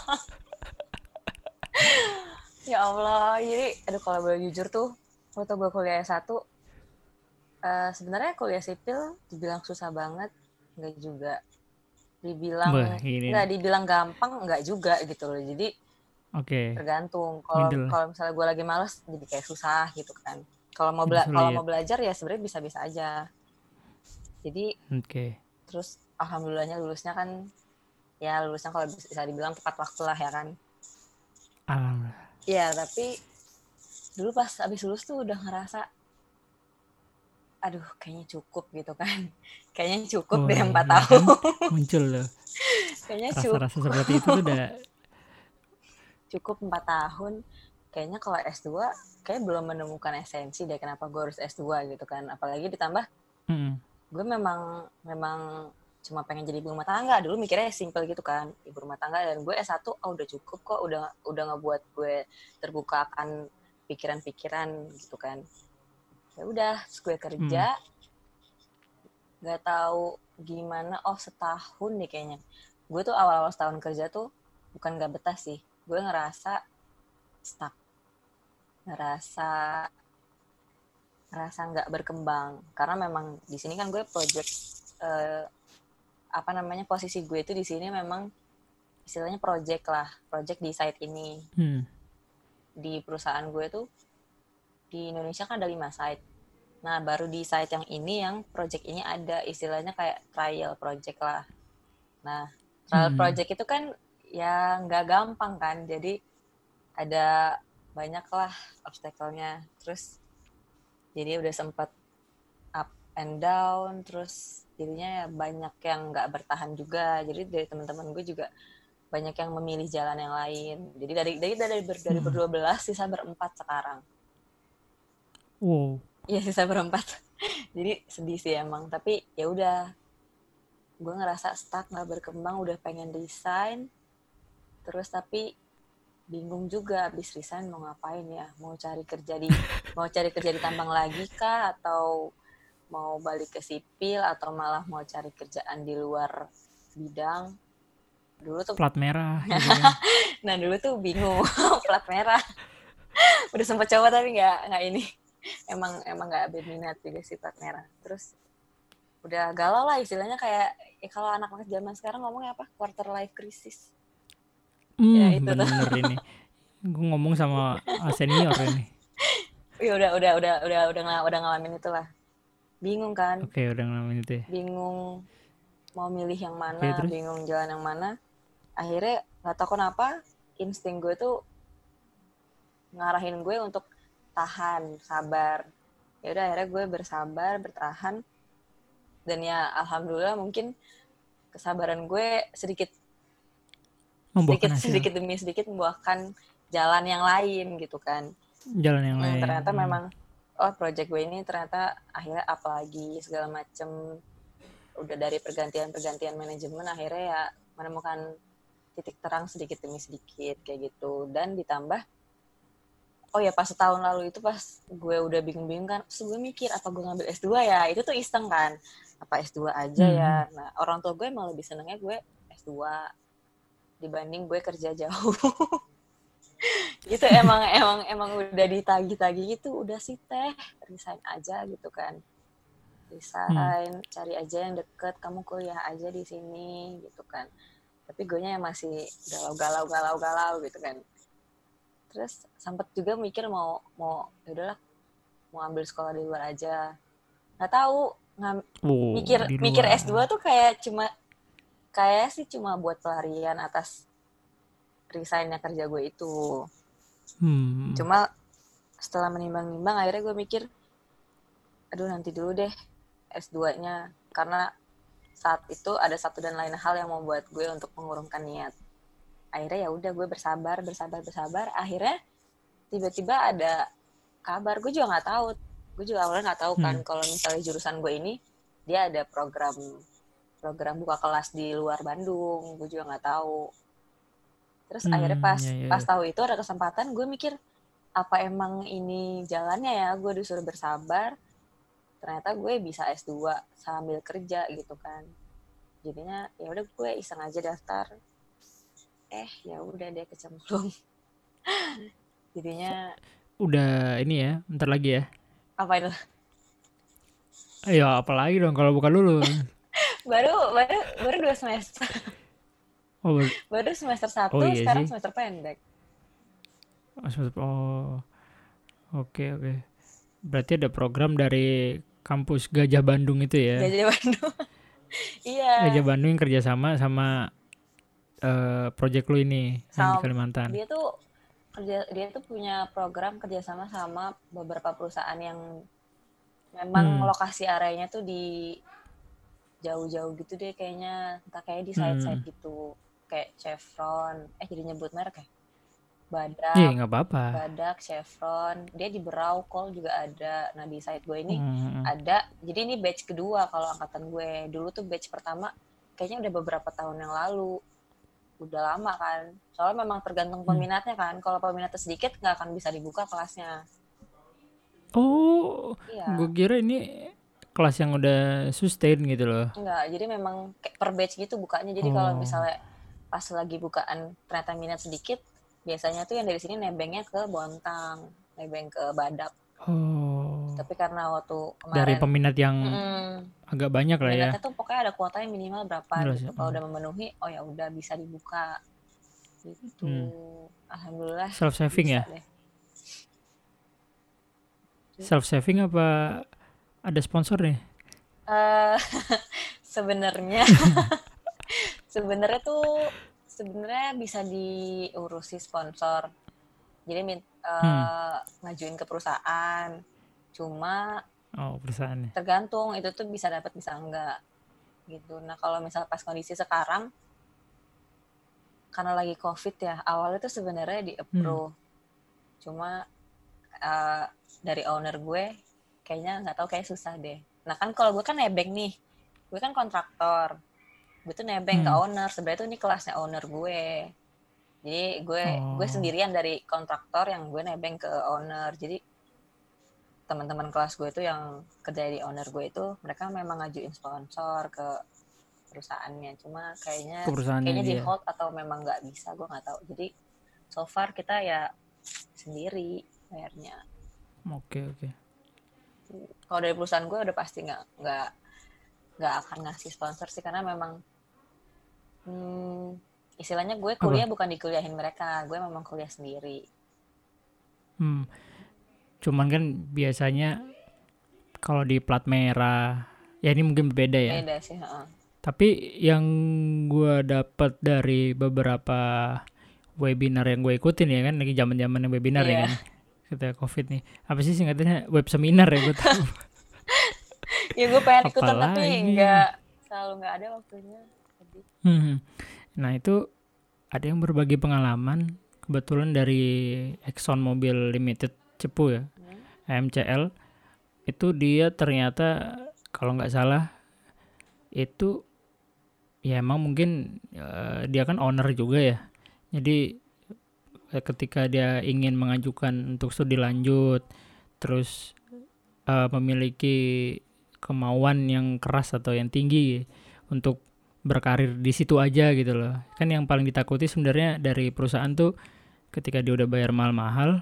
[SPEAKER 2] Ya Allah, jadi aduh kalau boleh jujur tuh, waktu gue kuliah S satu, uh, sebenarnya kuliah sipil dibilang susah banget, nggak juga.
[SPEAKER 1] Bah,
[SPEAKER 2] Dibilang
[SPEAKER 1] ini
[SPEAKER 2] nggak
[SPEAKER 1] nih.
[SPEAKER 2] dibilang gampang, nggak juga gitu loh. Jadi
[SPEAKER 1] Oke, okay.
[SPEAKER 2] tergantung. Kalau
[SPEAKER 1] Middle.
[SPEAKER 2] kalau misalnya gue lagi males, jadi kayak susah gitu kan. Kalau mau
[SPEAKER 1] Jadi
[SPEAKER 2] bela- kalau
[SPEAKER 1] sulit.
[SPEAKER 2] mau belajar ya sebenarnya bisa-bisa aja. Jadi
[SPEAKER 1] Oke. Okay.
[SPEAKER 2] terus alhamdulillahnya lulusnya kan, ya lulusnya kalau bisa dibilang tepat waktu lah ya kan.
[SPEAKER 1] Alhamdulillah.
[SPEAKER 2] Ya tapi dulu pas abis lulus tuh udah ngerasa aduh kayaknya cukup gitu kan. Kayaknya cukup deh
[SPEAKER 1] Wah,
[SPEAKER 2] empat
[SPEAKER 1] ya
[SPEAKER 2] tahun.
[SPEAKER 1] kan? Muncul loh.
[SPEAKER 2] Kayaknya
[SPEAKER 1] Rasa-rasa
[SPEAKER 2] cukup.
[SPEAKER 1] seperti itu tuh udah.
[SPEAKER 2] Cukup empat tahun. Kayaknya kalau S dua kayak belum menemukan esensi deh kenapa gue harus S dua gitu kan. Apalagi ditambah
[SPEAKER 1] Mm-mm.
[SPEAKER 2] gue memang memang cuma pengen jadi ibu rumah tangga. Dulu mikirnya simple gitu kan, ibu rumah tangga, dan gue S satu oh udah cukup kok, udah udah ngebuat gue terbuka akan pikiran-pikiran gitu kan. Ya udah, gue kerja,
[SPEAKER 1] Mm.
[SPEAKER 2] nggak tahu gimana, oh setahun nih kayaknya. Gue tuh awal-awal setahun kerja tuh bukan nggak betah sih, gue ngerasa stuck, ngerasa ngerasa nggak berkembang karena memang di sini kan gue project eh, apa namanya posisi gue itu di sini memang istilahnya project lah, project di site ini.
[SPEAKER 1] Mm.
[SPEAKER 2] Di perusahaan gue tuh di Indonesia kan ada lima site. Nah, baru di site yang ini yang project ini ada istilahnya kayak trial project lah. Nah, trial
[SPEAKER 1] Hmm.
[SPEAKER 2] project itu kan ya nggak gampang kan. Jadi ada banyak lah obstacle-nya. Terus jadi udah sempat up and down. Terus jadinya banyak yang nggak bertahan juga. Jadi dari teman-teman gue juga banyak yang memilih jalan yang lain. Jadi dari dari dari, dari
[SPEAKER 1] Hmm.
[SPEAKER 2] berdua belas sisa berempat sekarang.
[SPEAKER 1] Wow.
[SPEAKER 2] Iya sisa berempat. Jadi sedih sih emang. Tapi ya udah, gue ngerasa stuck nggak berkembang, udah pengen resign. Terus tapi bingung juga abis resign mau ngapain ya, mau cari kerja di mau cari kerja di tambang lagi kah, atau mau balik ke sipil, atau malah mau cari kerjaan di luar bidang. Dulu tuh
[SPEAKER 1] Plat merah gitu kan.
[SPEAKER 2] nah dulu tuh bingung. Plat merah udah sempet coba tapi nggak nggak ini, emang emang nggak berminat juga sih plat merah. Terus udah galau lah istilahnya, kayak ya kalau anak-anak zaman sekarang ngomongnya apa, quarter life crisis. Ya
[SPEAKER 1] Hmm,
[SPEAKER 2] itu tuh.
[SPEAKER 1] bener ini. Gue ngomong sama senior ini.
[SPEAKER 2] Ya udah udah udah udah udah udah, udah ngalamin itulah. Bingung kan?
[SPEAKER 1] Oke, udah ngalamin itu ya.
[SPEAKER 2] Bingung mau milih yang
[SPEAKER 1] Oke,
[SPEAKER 2] mana,
[SPEAKER 1] terus?
[SPEAKER 2] bingung jalan yang mana. Akhirnya nggak tahu kenapa insting gue tuh ngarahin gue untuk tahan, sabar. Ya udah akhirnya gue bersabar, bertahan. Dan ya alhamdulillah mungkin kesabaran gue sedikit
[SPEAKER 1] Membuahkan
[SPEAKER 2] sedikit
[SPEAKER 1] hasil.
[SPEAKER 2] sedikit demi sedikit membuahkan jalan yang lain gitu kan.
[SPEAKER 1] Jalan yang
[SPEAKER 2] Hmm,
[SPEAKER 1] lain.
[SPEAKER 2] ternyata
[SPEAKER 1] Hmm.
[SPEAKER 2] memang oh project gue ini ternyata akhirnya up lagi segala macem. Udah dari pergantian-pergantian manajemen akhirnya ya menemukan titik terang sedikit demi sedikit kayak gitu. Dan ditambah oh ya pas setahun lalu itu pas gue udah bingung-bingung kan, terus gue mikir apa gue ngambil S dua ya, itu tuh iseng kan, apa S dua aja
[SPEAKER 1] Hmm.
[SPEAKER 2] ya. Nah orang tua gue malah lebih senengnya gue S dua dibanding gue kerja jauh. Gitu emang emang emang udah ditagih-tagih gitu, udah sih teh resign aja gitu kan, resign
[SPEAKER 1] Hmm.
[SPEAKER 2] cari aja yang deket, kamu kuliah aja di sini gitu kan. Tapi gue nya masih galau-galau galau-galau gitu kan. Terus sempet juga mikir mau mau yaudahlah mau ambil sekolah di luar aja, nggak tahu ngam,
[SPEAKER 1] Oh,
[SPEAKER 2] mikir
[SPEAKER 1] di
[SPEAKER 2] mikir
[SPEAKER 1] luar.
[SPEAKER 2] S dua tuh kayak cuma kayak sih cuma buat pelarian atas resignnya kerja gue itu.
[SPEAKER 1] Hmm.
[SPEAKER 2] Cuma setelah menimbang-nimbang akhirnya gue mikir aduh nanti dulu deh S dua-nya, karena saat itu ada satu dan lain hal yang membuat gue untuk mengurungkan niat. Akhirnya ya udah gue bersabar bersabar bersabar akhirnya tiba-tiba ada kabar. Gue juga nggak tahu, gue juga awalnya nggak tahu kan
[SPEAKER 1] Hmm.
[SPEAKER 2] kalau misalnya jurusan gue ini dia ada program program buka kelas di luar Bandung. Gue juga nggak tahu. Terus
[SPEAKER 1] Hmm,
[SPEAKER 2] akhirnya pas
[SPEAKER 1] ya, ya,
[SPEAKER 2] pas
[SPEAKER 1] ya.
[SPEAKER 2] tahu itu ada kesempatan, gue mikir apa emang ini jalannya ya, gue disuruh bersabar. Ternyata gue bisa S dua sambil kerja gitu kan. Jadinya ya udah gue iseng aja daftar. Eh ya udah deh kecemplung. Jadinya
[SPEAKER 1] Udah ini ya, bentar lagi ya.
[SPEAKER 2] apa itu?
[SPEAKER 1] Ayo, apalagi dong kalau bukan lulus.
[SPEAKER 2] baru baru baru dua semester.
[SPEAKER 1] Oh, ber-
[SPEAKER 2] Baru semester
[SPEAKER 1] oh
[SPEAKER 2] satu,
[SPEAKER 1] iya
[SPEAKER 2] sekarang
[SPEAKER 1] sih.
[SPEAKER 2] semester pendek.
[SPEAKER 1] Oh, semester- oh, oke oke. Berarti ada program dari kampus Gajah Bandung itu
[SPEAKER 2] Gak
[SPEAKER 1] ya.
[SPEAKER 2] jadi Bandung. Iya.
[SPEAKER 1] Gajah Bandung yang kerjasama sama eh project lu ini yang di
[SPEAKER 2] Sama
[SPEAKER 1] Kalimantan.
[SPEAKER 2] dia tuh kerja dia tuh punya program kerjasama sama beberapa perusahaan yang memang
[SPEAKER 1] Hmm.
[SPEAKER 2] lokasi areanya tuh di jauh-jauh gitu deh kayaknya, entah kayak di side-side
[SPEAKER 1] Hmm.
[SPEAKER 2] gitu, kayak Chevron, eh jadi nyebut merek ya,
[SPEAKER 1] Iya,
[SPEAKER 2] Badak,
[SPEAKER 1] nggak apa-apa.
[SPEAKER 2] Badak, Chevron, dia di Berau Kol juga ada. Nah di side gue ini
[SPEAKER 1] Hmm.
[SPEAKER 2] ada, jadi ini batch kedua kalau angkatan gue. Dulu tuh batch pertama kayaknya udah beberapa tahun yang lalu, udah lama kan. Soalnya memang tergantung peminatnya kan. Kalau peminatnya sedikit nggak akan bisa dibuka kelasnya.
[SPEAKER 1] Oh, gue
[SPEAKER 2] Iya,
[SPEAKER 1] kira ini kelas yang udah sustain gitu loh.
[SPEAKER 2] enggak. Jadi memang kayak per batch gitu bukanya. Jadi kalau
[SPEAKER 1] Oh,
[SPEAKER 2] misalnya pas lagi bukaan ternyata minat sedikit, biasanya tuh yang dari sini nebengnya ke Bontang, nebeng ke Badak.
[SPEAKER 1] oh,
[SPEAKER 2] Tapi karena waktu
[SPEAKER 1] dari
[SPEAKER 2] kemarin
[SPEAKER 1] peminat yang
[SPEAKER 2] mm,
[SPEAKER 1] agak banyak lah ya.
[SPEAKER 2] minatnya tuh pokoknya ada kuotanya minimal berapa
[SPEAKER 1] Jelas
[SPEAKER 2] gitu.
[SPEAKER 1] ya.
[SPEAKER 2] Kalau
[SPEAKER 1] Hmm.
[SPEAKER 2] udah memenuhi, oh ya udah bisa dibuka gitu.
[SPEAKER 1] Hmm.
[SPEAKER 2] Alhamdulillah
[SPEAKER 1] Self saving
[SPEAKER 2] bisa
[SPEAKER 1] ya?
[SPEAKER 2] deh.
[SPEAKER 1] Self saving apa ada sponsor nih?
[SPEAKER 2] Uh, sebenarnya sebenarnya tuh sebenarnya bisa diurusi sponsor. Jadi uh,
[SPEAKER 1] Hmm.
[SPEAKER 2] ngajuin ke perusahaan. Cuma
[SPEAKER 1] Oh, perusahaannya.
[SPEAKER 2] tergantung itu tuh bisa dapat bisa enggak gitu. Nah, kalau misal pas kondisi sekarang karena lagi Covid ya, awalnya tuh sebenarnya di approve. Hmm. Cuma uh, dari owner gue kayaknya nggak tahu, kayak susah deh. Nah kan kalau gue kan nebeng nih, gue kan kontraktor, gue tuh nebeng hmm. ke owner. Sebenarnya tuh ini kelasnya owner gue, jadi gue oh. gue sendirian dari kontraktor yang gue nebeng ke owner. Jadi teman-teman kelas gue tuh yang kerja di owner gue itu mereka memang ngajuin sponsor ke perusahaannya, cuma kayaknya kayaknya di hold atau memang nggak bisa, gue nggak tahu. Jadi so far kita ya sendiri bayarnya.
[SPEAKER 1] Oke oke.
[SPEAKER 2] Kalau dari perusahaan gue udah pasti nggak nggak nggak akan ngasih sponsor sih, karena memang hmm, istilahnya gue kuliah apa? Bukan dikuliahin mereka, gue memang kuliah sendiri.
[SPEAKER 1] Hmm. Cuman kan biasanya kalau di plat merah, ya ini mungkin berbeda ya.
[SPEAKER 2] Beda sih. Uh.
[SPEAKER 1] Tapi yang gue dapat dari beberapa webinar yang gue ikutin ya kan, lagi zaman-zaman webinar yeah. ya kan. Ketika Covid nih, apa sih singkatnya, web seminar ya gue tahu.
[SPEAKER 2] Ya gue pengen ikutan tapi nggak selalu nggak ada waktunya.
[SPEAKER 1] Hmm. Nah itu ada yang berbagi pengalaman kebetulan dari Exxon Mobil Limited Cepu ya, hmm. E M C L. Itu dia ternyata kalau nggak salah itu ya emang mungkin uh, dia kan owner juga ya. Jadi ketika dia ingin mengajukan untuk studi lanjut, terus uh, memiliki kemauan yang keras atau yang tinggi untuk berkarir di situ aja gitu loh. Kan yang paling ditakuti sebenarnya dari perusahaan tuh ketika dia udah bayar mahal-mahal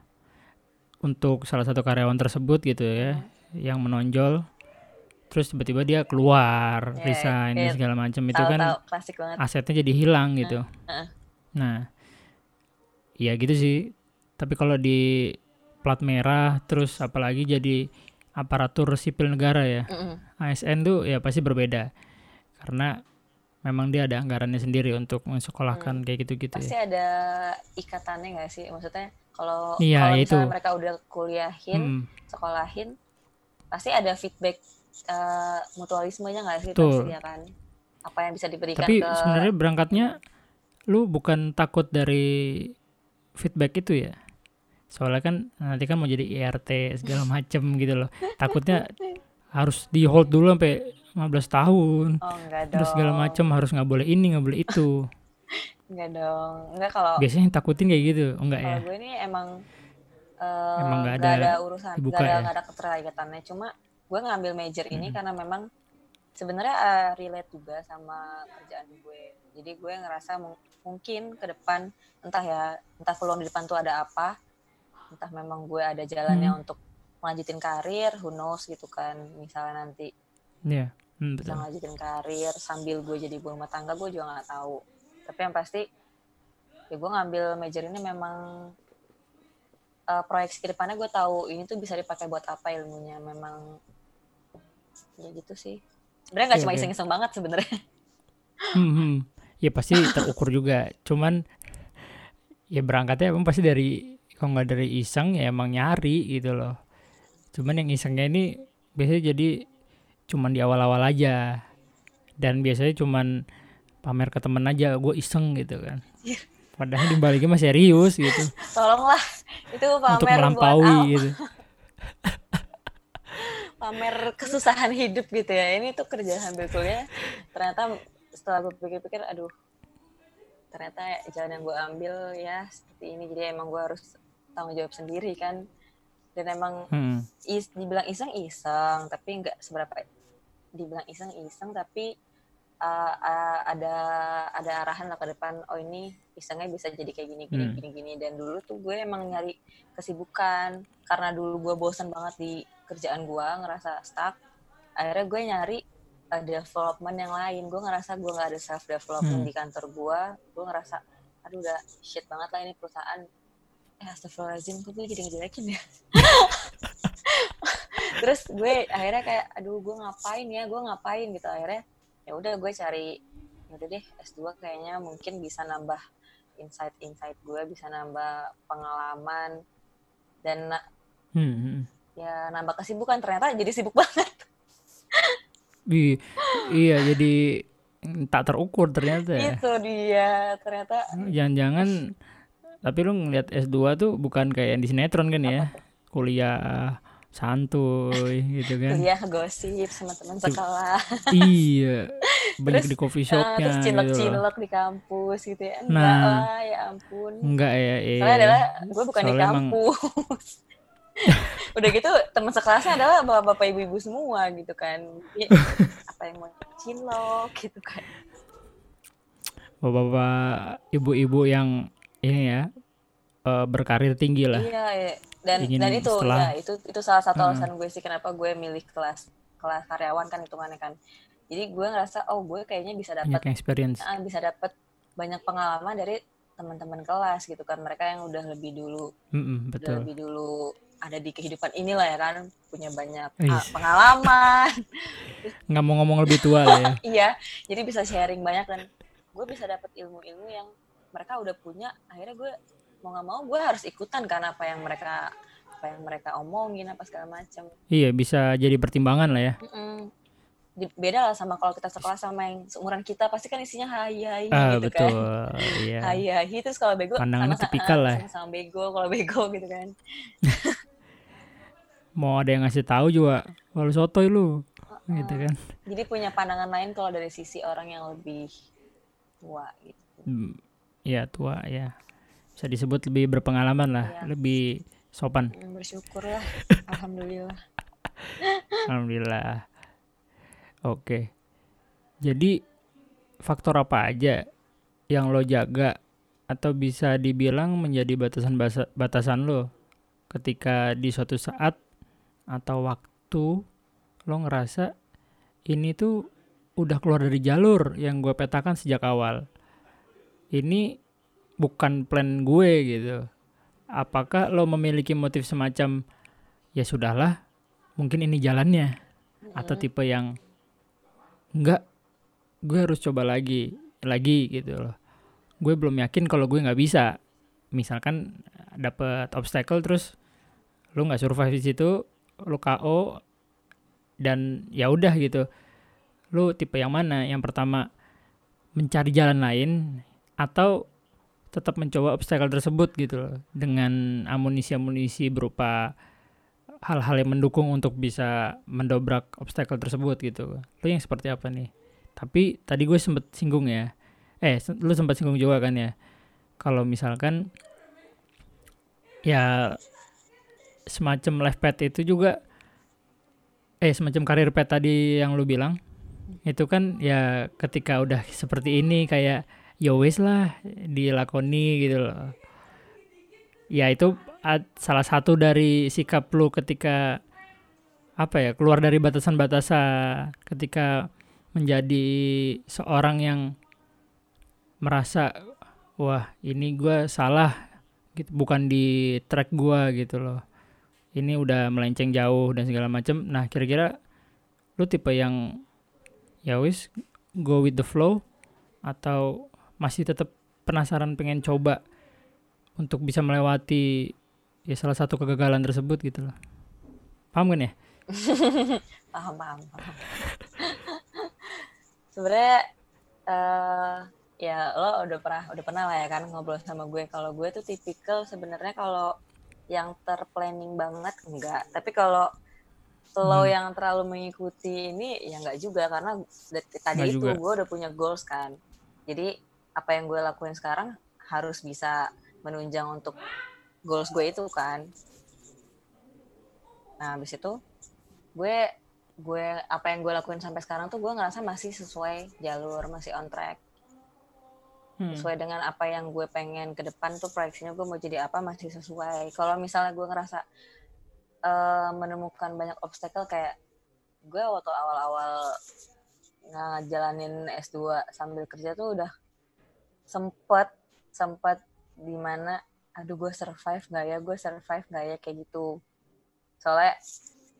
[SPEAKER 1] untuk salah satu karyawan tersebut gitu ya, hmm. yang menonjol, terus tiba-tiba dia keluar, yeah, resign yeah, dan segala macam, itu kan asetnya jadi hilang gitu. Uh, uh. Nah, ya gitu sih. Tapi kalau di plat merah terus apalagi jadi aparatur sipil negara ya, mm-mm. A S N tuh ya pasti berbeda. Karena memang dia ada anggarannya sendiri untuk mensekolahkan hmm. kayak gitu-gitu.
[SPEAKER 2] Pasti
[SPEAKER 1] ya.
[SPEAKER 2] Ada ikatannya nggak sih? Maksudnya kalau
[SPEAKER 1] iya,
[SPEAKER 2] kalau
[SPEAKER 1] ya
[SPEAKER 2] misalnya
[SPEAKER 1] itu.
[SPEAKER 2] mereka udah kuliahin, hmm. sekolahin, pasti ada feedback uh, mutualismenya nggak sih? Pasti ya kan. Apa yang bisa diberikan
[SPEAKER 1] Tapi
[SPEAKER 2] ke...
[SPEAKER 1] Tapi sebenarnya berangkatnya lu bukan takut dari feedback itu ya? Soalnya kan nanti kan mau jadi I R T segala macem gitu loh. Takutnya harus di hold dulu sampai lima belas tahun.
[SPEAKER 2] Oh, enggak dong.
[SPEAKER 1] Terus segala macem harus nggak boleh ini nggak boleh itu.
[SPEAKER 2] Enggak dong. Enggak kalau.
[SPEAKER 1] Biasanya yang takutin kayak gitu. Oh, enggak
[SPEAKER 2] kalau
[SPEAKER 1] ya?
[SPEAKER 2] Kalau gue ini emang uh,
[SPEAKER 1] emang nggak ada,
[SPEAKER 2] ada urusan, nggak ada,
[SPEAKER 1] ya?
[SPEAKER 2] ada keterkaitannya. Cuma gue ngambil major ini hmm. karena memang sebenarnya uh, relate juga sama kerjaan gue. Jadi gue ngerasa m- mungkin ke depan entah ya, entah peluang di depan tuh ada apa. Entah memang gue ada jalannya hmm. untuk melanjutin karir, who knows gitu kan. Misalnya nanti
[SPEAKER 1] yeah. hmm,
[SPEAKER 2] bisa melanjutin karir sambil gue jadi ibu rumah tangga, gue juga gak tahu. Tapi yang pasti, ya gue ngambil major ini memang uh, proyeksi ke depannya gue tahu ini tuh bisa dipakai buat apa ilmunya. Memang ya gitu sih. Sebenarnya gak yeah, cuma okay. iseng-iseng banget sebenarnya.
[SPEAKER 1] Hmm, hmm. Ya pasti terukur juga. Cuman ya berangkatnya emang pasti dari, kalau nggak dari iseng ya emang nyari gitu loh. Cuman yang isengnya ini biasanya jadi cuman di awal-awal aja, dan biasanya cuman pamer ke temen aja, gue iseng gitu kan. Padahal di baliknya masih serius gitu.
[SPEAKER 2] Tolonglah, itu pamer
[SPEAKER 1] untuk melampaui gitu.
[SPEAKER 2] Pamer kesusahan hidup gitu ya. Ini tuh kerja sambil kuliah. Ternyata setelah gue pikir-pikir, aduh, ternyata jalan yang gue ambil ya seperti ini. Jadi emang gue harus tanggung jawab sendiri kan. Dan emang hmm. is, dibilang iseng-iseng, tapi nggak seberapa. Dibilang iseng-iseng, tapi uh, uh, ada ada arahan lah ke depan. Oh ini isengnya bisa jadi kayak gini, gini, hmm. gini, gini. Dan dulu tuh gue emang nyari kesibukan. Karena dulu gue bosan banget di kerjaan gue, ngerasa stuck. Akhirnya gue nyari uh, development yang lain. Gue ngerasa gue nggak ada self development hmm. di kantor gue. Gue ngerasa, aduh udah shit banget lah ini perusahaan. Eh astagfirullahaladzim, kok gue jadi ngejelekin ya. Terus gue akhirnya kayak aduh gue ngapain ya gue ngapain gitu. Akhirnya ya udah gue cari udah deh S dua kayaknya mungkin bisa nambah insight-insight gue, bisa nambah pengalaman dan
[SPEAKER 1] Hmm.
[SPEAKER 2] ya nambah kesibukan. Ternyata jadi sibuk banget.
[SPEAKER 1] I- iya jadi tak terukur ternyata ya.
[SPEAKER 2] Itu dia ternyata.
[SPEAKER 1] Jangan-jangan tapi lu ngeliat S dua tuh bukan kayak yang di sinetron kan
[SPEAKER 2] Apa
[SPEAKER 1] ya.
[SPEAKER 2] tuh?
[SPEAKER 1] Kuliah santuy gitu kan.
[SPEAKER 2] Kuliah gosip sama teman sekolah.
[SPEAKER 1] Iya, banyak
[SPEAKER 2] Terus
[SPEAKER 1] di coffee
[SPEAKER 2] uh, terus
[SPEAKER 1] shopnya gitu loh.
[SPEAKER 2] cinlok-cinlok di kampus gitu ya. Enggak
[SPEAKER 1] Nah,
[SPEAKER 2] lah ya ampun.
[SPEAKER 1] enggak ya,
[SPEAKER 2] Soalnya
[SPEAKER 1] eh.
[SPEAKER 2] adalah gue bukan di
[SPEAKER 1] Soalnya emang
[SPEAKER 2] kampus. Udah gitu teman sekelasnya adalah bapak-bapak ibu-ibu semua gitu kan. Jadi, apa yang mau cinlok gitu kan.
[SPEAKER 1] bapak-bapak, ibu-ibu yang ini ya eh, berkarir tinggi lah.
[SPEAKER 2] Iya, iya. dan
[SPEAKER 1] Ingin
[SPEAKER 2] dan itu
[SPEAKER 1] setelah
[SPEAKER 2] ya itu itu salah satu
[SPEAKER 1] uh,
[SPEAKER 2] alasan gue sih kenapa gue milih kelas kelas karyawan kan hitungannya kan. Jadi gue ngerasa oh gue kayaknya bisa dapat
[SPEAKER 1] banyak experience.
[SPEAKER 2] uh, bisa dapat banyak pengalaman dari teman-teman kelas gitu kan, mereka yang udah lebih dulu
[SPEAKER 1] Mm-mm,
[SPEAKER 2] udah
[SPEAKER 1] betul.
[SPEAKER 2] lebih dulu ada di kehidupan inilah ya kan, punya banyak uh,
[SPEAKER 1] Is,
[SPEAKER 2] pengalaman.
[SPEAKER 1] nggak mau ngomong lebih tua lah ya.
[SPEAKER 2] Iya, jadi bisa sharing banyak dan gue bisa dapat ilmu-ilmu yang mereka udah punya. Akhirnya gue mau nggak mau gue harus ikutan kan apa yang mereka apa yang mereka omongin apa segala macam.
[SPEAKER 1] Iya, bisa jadi pertimbangan lah ya.
[SPEAKER 2] Mm-mm. Beda lah sama kalau kita sekolah sama yang seumuran kita, pasti kan isinya hai hai
[SPEAKER 1] Ah,
[SPEAKER 2] gitu kan.
[SPEAKER 1] betul. Iya.
[SPEAKER 2] Hai hai terus kalau bego
[SPEAKER 1] Pandangannya
[SPEAKER 2] sama-sama
[SPEAKER 1] tipikal lah.
[SPEAKER 2] sama-sama bego kalau bego gitu kan.
[SPEAKER 1] Mau ada yang ngasih tahu juga, kalau sotoy lu,
[SPEAKER 2] Uh-uh.
[SPEAKER 1] gitu kan.
[SPEAKER 2] Jadi punya pandangan lain kalau dari sisi orang yang lebih tua gitu.
[SPEAKER 1] Hmm, ya tua ya. Bisa disebut lebih berpengalaman lah,
[SPEAKER 2] Iya.
[SPEAKER 1] lebih sopan.
[SPEAKER 2] Bersyukur lah, alhamdulillah.
[SPEAKER 1] Alhamdulillah. Oke. Jadi faktor apa aja yang lo jaga atau bisa dibilang menjadi batasan batasan lo ketika di suatu saat atau waktu lo ngerasa ini tuh udah keluar dari jalur yang gue petakan sejak awal. Ini bukan plan gue gitu. Apakah lo memiliki motif semacam ya sudahlah, mungkin ini jalannya, atau tipe yang enggak, gue harus coba lagi lagi gitu loh, gue belum yakin kalau gue nggak bisa, misalkan dapet obstacle terus lo nggak survive di situ, lo K O dan ya udah gitu. Lo tipe yang mana? Yang pertama mencari jalan lain atau tetap mencoba obstacle tersebut gitu loh, dengan amunisi-amunisi berupa hal-hal yang mendukung untuk bisa mendobrak obstacle tersebut gitu. Lo yang seperti apa nih? Tapi tadi gue sempet singgung ya. Eh, lu sempat singgung juga kan ya. Kalau misalkan ya semacam life path itu juga eh semacam career path tadi yang lu bilang. Itu kan ya ketika udah seperti ini kayak ya wes lah dilakoni gitu loh. Ya itu salah satu dari sikap lu ketika apa ya, keluar dari batasan-batasan, ketika menjadi seorang yang merasa wah ini gue salah gitu, bukan di track gue gitu loh, ini udah melenceng jauh dan segala macam. Nah kira-kira lu tipe yang ya wis go with the flow atau masih tetap penasaran pengen coba untuk bisa melewati ya salah satu kegagalan tersebut gitu loh. Paham kan ya?
[SPEAKER 2] paham paham paham. Sebenarnya uh, ya lo udah pernah udah pernah lah ya kan ngobrol sama gue. Kalau gue tuh tipikal sebenarnya kalau yang terplanning banget enggak, tapi kalau lo hmm. yang terlalu mengikuti ini ya enggak juga, karena tadi enggak itu juga. Gue udah punya goals kan. Jadi apa yang gue lakuin sekarang harus bisa menunjang untuk goals gue itu kan. Nah habis itu gue gue apa yang gue lakuin sampai sekarang tuh gue ngerasa masih sesuai jalur, masih on track, hmm. sesuai dengan apa yang gue pengen ke depan tuh, proyeksinya gue mau jadi apa masih sesuai. Kalau misalnya gue ngerasa uh, menemukan banyak obstacle, kayak gue waktu awal-awal ngejalanin S dua sambil kerja tuh udah sempet sempet dimana aduh gue survive nggak ya gue survive nggak ya kayak gitu. Soalnya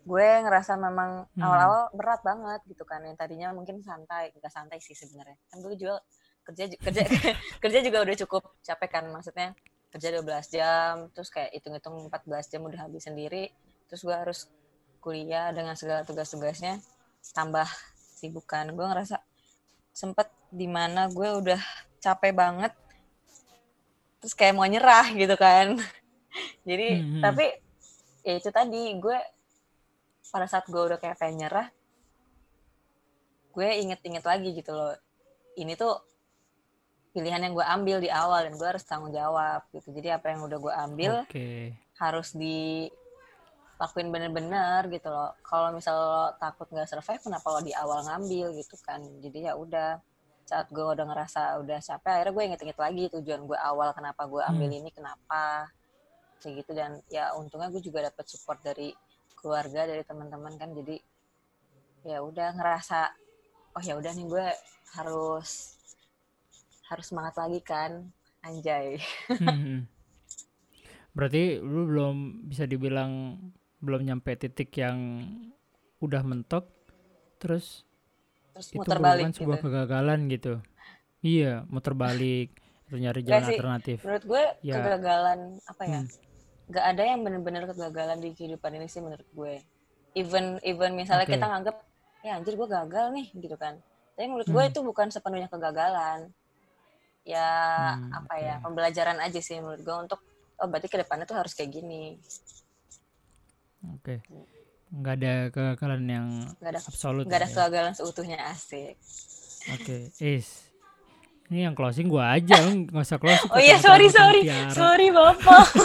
[SPEAKER 2] gue ngerasa memang
[SPEAKER 1] Hmm.
[SPEAKER 2] awal-awal berat banget gitu kan, yang tadinya mungkin santai, nggak santai sih sebenarnya, kan gue juga kerja kerja kerja juga udah cukup capek kan, maksudnya kerja dua belas jam, terus kayak hitung-hitung empat belas jam udah habis sendiri, terus gue harus kuliah dengan segala tugas-tugasnya, tambah sibukan, gue ngerasa sempet dimana gue udah capek banget, terus kayak mau nyerah gitu kan. Jadi
[SPEAKER 1] Hmm. hmm.
[SPEAKER 2] tapi ya itu tadi, gue pada saat gue udah kayak pengen nyerah, gue inget-inget lagi gitu loh, ini tuh pilihan yang gue ambil di awal dan gue harus tanggung jawab gitu. Jadi apa yang udah gue ambil
[SPEAKER 1] Oke.
[SPEAKER 2] harus dilakuin bener-bener gitu loh. Kalau misal lo takut nggak survive, kenapa lo di awal ngambil gitu kan. Jadi ya udah, saat gue udah ngerasa udah capek, akhirnya gue inget-inget lagi tujuan gue awal, kenapa gue ambil
[SPEAKER 1] Hmm.
[SPEAKER 2] ini, kenapa kayak gitu. Dan ya untungnya gue juga dapet support dari keluarga, dari teman-teman kan. Jadi ya udah ngerasa, oh ya udah nih, gue harus harus semangat lagi kan, anjay.
[SPEAKER 1] Hmm. hmm. Berarti lu belum bisa dibilang belum nyampe titik yang udah mentok, terus
[SPEAKER 2] Terus
[SPEAKER 1] itu
[SPEAKER 2] muter balik
[SPEAKER 1] merupakan sebuah
[SPEAKER 2] gitu.
[SPEAKER 1] kegagalan gitu. Iya, muter balik atau nyari
[SPEAKER 2] Enggak
[SPEAKER 1] jalan
[SPEAKER 2] sih,
[SPEAKER 1] alternatif.
[SPEAKER 2] menurut gue
[SPEAKER 1] Ya,
[SPEAKER 2] kegagalan apa ya,
[SPEAKER 1] hmm,
[SPEAKER 2] nggak ada yang benar-benar kegagalan di kehidupan ini sih menurut gue. Even even misalnya kita
[SPEAKER 1] oke.
[SPEAKER 2] nganggep, ya anjir gue gagal nih gitu kan, tapi menurut gue
[SPEAKER 1] Hmm,
[SPEAKER 2] itu bukan sepenuhnya kegagalan. Ya
[SPEAKER 1] hmm,
[SPEAKER 2] apa
[SPEAKER 1] oke,
[SPEAKER 2] ya, pembelajaran aja sih menurut gue untuk, oh berarti kedepannya tuh harus kayak gini.
[SPEAKER 1] oke. Nggak ada kegagalan yang
[SPEAKER 2] Nggak ada
[SPEAKER 1] absolut
[SPEAKER 2] nggak
[SPEAKER 1] lah
[SPEAKER 2] ada
[SPEAKER 1] ya.
[SPEAKER 2] kegagalan seutuhnya, asik.
[SPEAKER 1] Oke, is. Ini yang closing gua aja, lu nggak usah closing
[SPEAKER 2] Oh iya,
[SPEAKER 1] kata-kata
[SPEAKER 2] sorry
[SPEAKER 1] nutup
[SPEAKER 2] sorry
[SPEAKER 1] mutiara.
[SPEAKER 2] sorry bapak.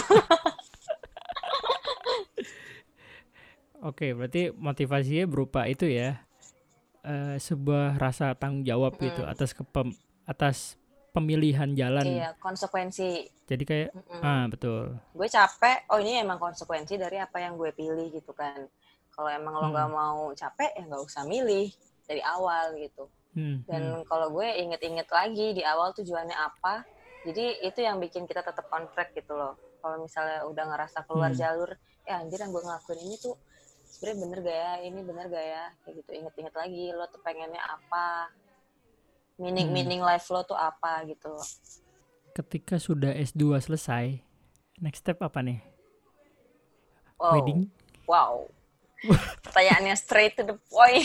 [SPEAKER 1] Oke, berarti motivasinya berupa itu ya, eh, sebuah rasa tanggung jawab gitu
[SPEAKER 2] Mm,
[SPEAKER 1] atas kepem, atas pemilihan jalan.
[SPEAKER 2] iya, konsekuensi.
[SPEAKER 1] Jadi kayak,
[SPEAKER 2] Mm-mm.
[SPEAKER 1] ah betul.
[SPEAKER 2] Gue capek, oh ini emang konsekuensi dari apa yang gue pilih gitu kan. Kalau emang lo
[SPEAKER 1] Hmm,
[SPEAKER 2] nggak mau capek, ya nggak usah milih dari awal gitu.
[SPEAKER 1] hmm, hmm,
[SPEAKER 2] Dan kalau gue inget-inget lagi di awal tujuannya apa, jadi itu yang bikin kita tetap on track gitu loh. Kalau misalnya udah ngerasa keluar
[SPEAKER 1] hmm,
[SPEAKER 2] jalur, ya anjir yang gue ngelakuin ini tuh sebenarnya bener gak ya, ini bener gak ya, kayak gitu. Inget-inget lagi lo tuh pengennya apa, meaning
[SPEAKER 1] hmm.
[SPEAKER 2] meaning life lo tuh apa gitu.
[SPEAKER 1] Ketika sudah S dua selesai, next step apa nih?
[SPEAKER 2] Wow,
[SPEAKER 1] Wedding?
[SPEAKER 2] wow. Pertanyaannya straight to the point.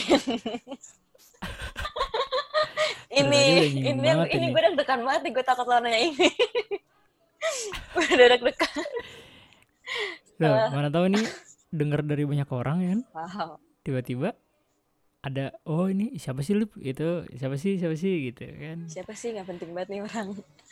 [SPEAKER 1] Dari
[SPEAKER 2] ini
[SPEAKER 1] tadi udah nyinggung
[SPEAKER 2] ini
[SPEAKER 1] banget
[SPEAKER 2] ini
[SPEAKER 1] ini.
[SPEAKER 2] gue deg-degan banget nih, gue takut lo nanya ini. Gue udah deg-degan.
[SPEAKER 1] Loh,
[SPEAKER 2] Uh,
[SPEAKER 1] mana tahu nih dengar dari banyak orang ya kan.
[SPEAKER 2] wow.
[SPEAKER 1] Tiba-tiba ada, oh ini siapa sih lu? Itu siapa sih, siapa sih gitu kan.
[SPEAKER 2] Siapa sih, nggak penting banget nih orang.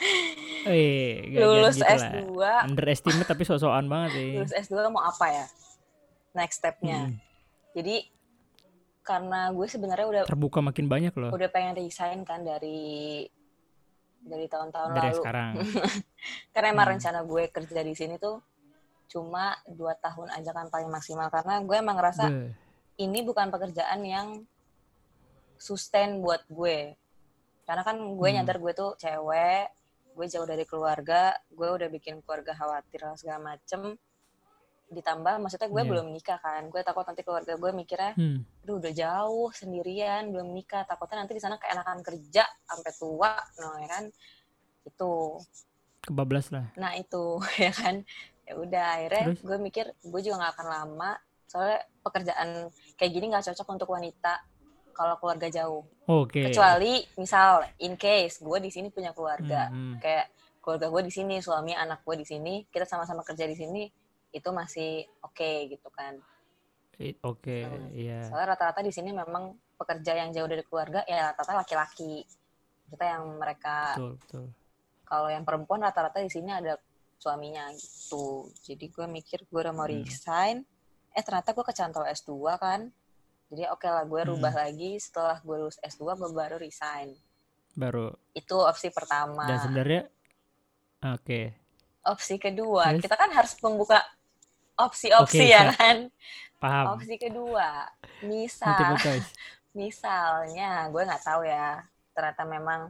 [SPEAKER 1] Eh, gak jangan
[SPEAKER 2] Lulus
[SPEAKER 1] gitu
[SPEAKER 2] S
[SPEAKER 1] lah.
[SPEAKER 2] dua,
[SPEAKER 1] Underestimate tapi so-soan banget sih.
[SPEAKER 2] lulus S dua mau apa ya? Next step-nya.
[SPEAKER 1] Mm-mm.
[SPEAKER 2] Jadi karena gue sebenarnya udah
[SPEAKER 1] Terbuka makin banyak loh
[SPEAKER 2] udah pengen resign kan dari dari tahun-tahun
[SPEAKER 1] dari yang
[SPEAKER 2] lalu.
[SPEAKER 1] sekarang.
[SPEAKER 2] Karena emang
[SPEAKER 1] Hmm.
[SPEAKER 2] rencana gue kerja di sini tuh cuma dua tahun aja kan paling maksimal, karena gue emang ngerasa
[SPEAKER 1] Be.
[SPEAKER 2] ini bukan pekerjaan yang sustain buat gue. Karena kan gue
[SPEAKER 1] Hmm.
[SPEAKER 2] nyadar gue tuh cewek, gue jauh dari keluarga, gue udah bikin keluarga khawatir segala macem. Ditambah maksudnya gue
[SPEAKER 1] Yeah.
[SPEAKER 2] belum nikah kan, gue takut nanti keluarga gue mikirnya,
[SPEAKER 1] Hmm.
[SPEAKER 2] aduh udah jauh sendirian belum nikah, takutnya nanti di sana keenakan kerja sampai tua, no ya kan, itu.
[SPEAKER 1] Kebablas lah.
[SPEAKER 2] Nah itu ya kan, ya udah akhirnya
[SPEAKER 1] Terus?
[SPEAKER 2] gue mikir gue juga nggak akan lama, soalnya pekerjaan kayak gini nggak cocok untuk wanita kalau keluarga jauh.
[SPEAKER 1] Oke.
[SPEAKER 2] Kecuali misal in case gue di sini punya keluarga,
[SPEAKER 1] Hmm. hmm.
[SPEAKER 2] kayak keluarga gue di sini, suami anak gue di sini, kita sama-sama kerja di sini, itu masih oke okay, gitu kan.
[SPEAKER 1] It- Oke,
[SPEAKER 2] Hmm.
[SPEAKER 1] iya.
[SPEAKER 2] Soalnya rata-rata di sini memang pekerja yang jauh dari keluarga ya rata-rata laki-laki. Kita yang mereka,
[SPEAKER 1] Betul, betul.
[SPEAKER 2] kalau yang perempuan rata-rata di sini ada suaminya gitu. Jadi gue mikir gue udah mau
[SPEAKER 1] Hmm.
[SPEAKER 2] resign, eh ternyata gue kecantol S dua kan. Jadi oke okay lah, gue rubah
[SPEAKER 1] Hmm.
[SPEAKER 2] lagi setelah gue lulus S dua, gue baru resign.
[SPEAKER 1] Baru.
[SPEAKER 2] Itu opsi pertama.
[SPEAKER 1] Dan sebenarnya, oke.
[SPEAKER 2] Opsi kedua,
[SPEAKER 1] Terus?
[SPEAKER 2] kita kan harus membuka opsi-opsi
[SPEAKER 1] Oke,
[SPEAKER 2] ya
[SPEAKER 1] siap.
[SPEAKER 2] kan.
[SPEAKER 1] Paham.
[SPEAKER 2] Opsi kedua, misal,
[SPEAKER 1] Multiple choice.
[SPEAKER 2] misalnya gue nggak tahu ya, ternyata memang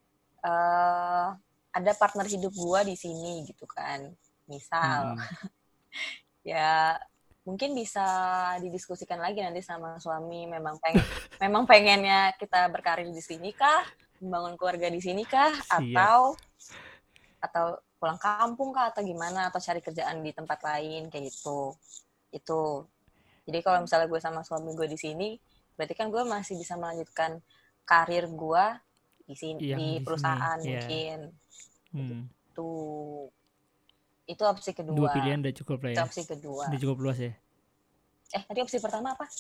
[SPEAKER 2] uh, ada partner hidup gue di sini gitu kan. Misal,
[SPEAKER 1] Hmm.
[SPEAKER 2] ya mungkin bisa didiskusikan lagi nanti sama suami. Memang pengen, memang pengennya kita berkarir di sini kah, membangun keluarga di sini kah,
[SPEAKER 1] Siap.
[SPEAKER 2] atau atau pulang kampung kah, atau gimana, atau cari kerjaan di tempat lain kayak gitu. Itu. Jadi kalau misalnya gue sama suami gue di sini, berarti kan gue masih bisa melanjutkan karir gue di sini,
[SPEAKER 1] Yang
[SPEAKER 2] di
[SPEAKER 1] di
[SPEAKER 2] perusahaan
[SPEAKER 1] sini, yeah.
[SPEAKER 2] mungkin.
[SPEAKER 1] Hmm.
[SPEAKER 2] Itu itu opsi kedua.
[SPEAKER 1] Dua pilihan udah cukup lah ya.
[SPEAKER 2] Itu opsi kedua.
[SPEAKER 1] Udah cukup luas ya.
[SPEAKER 2] Eh tadi opsi pertama apa?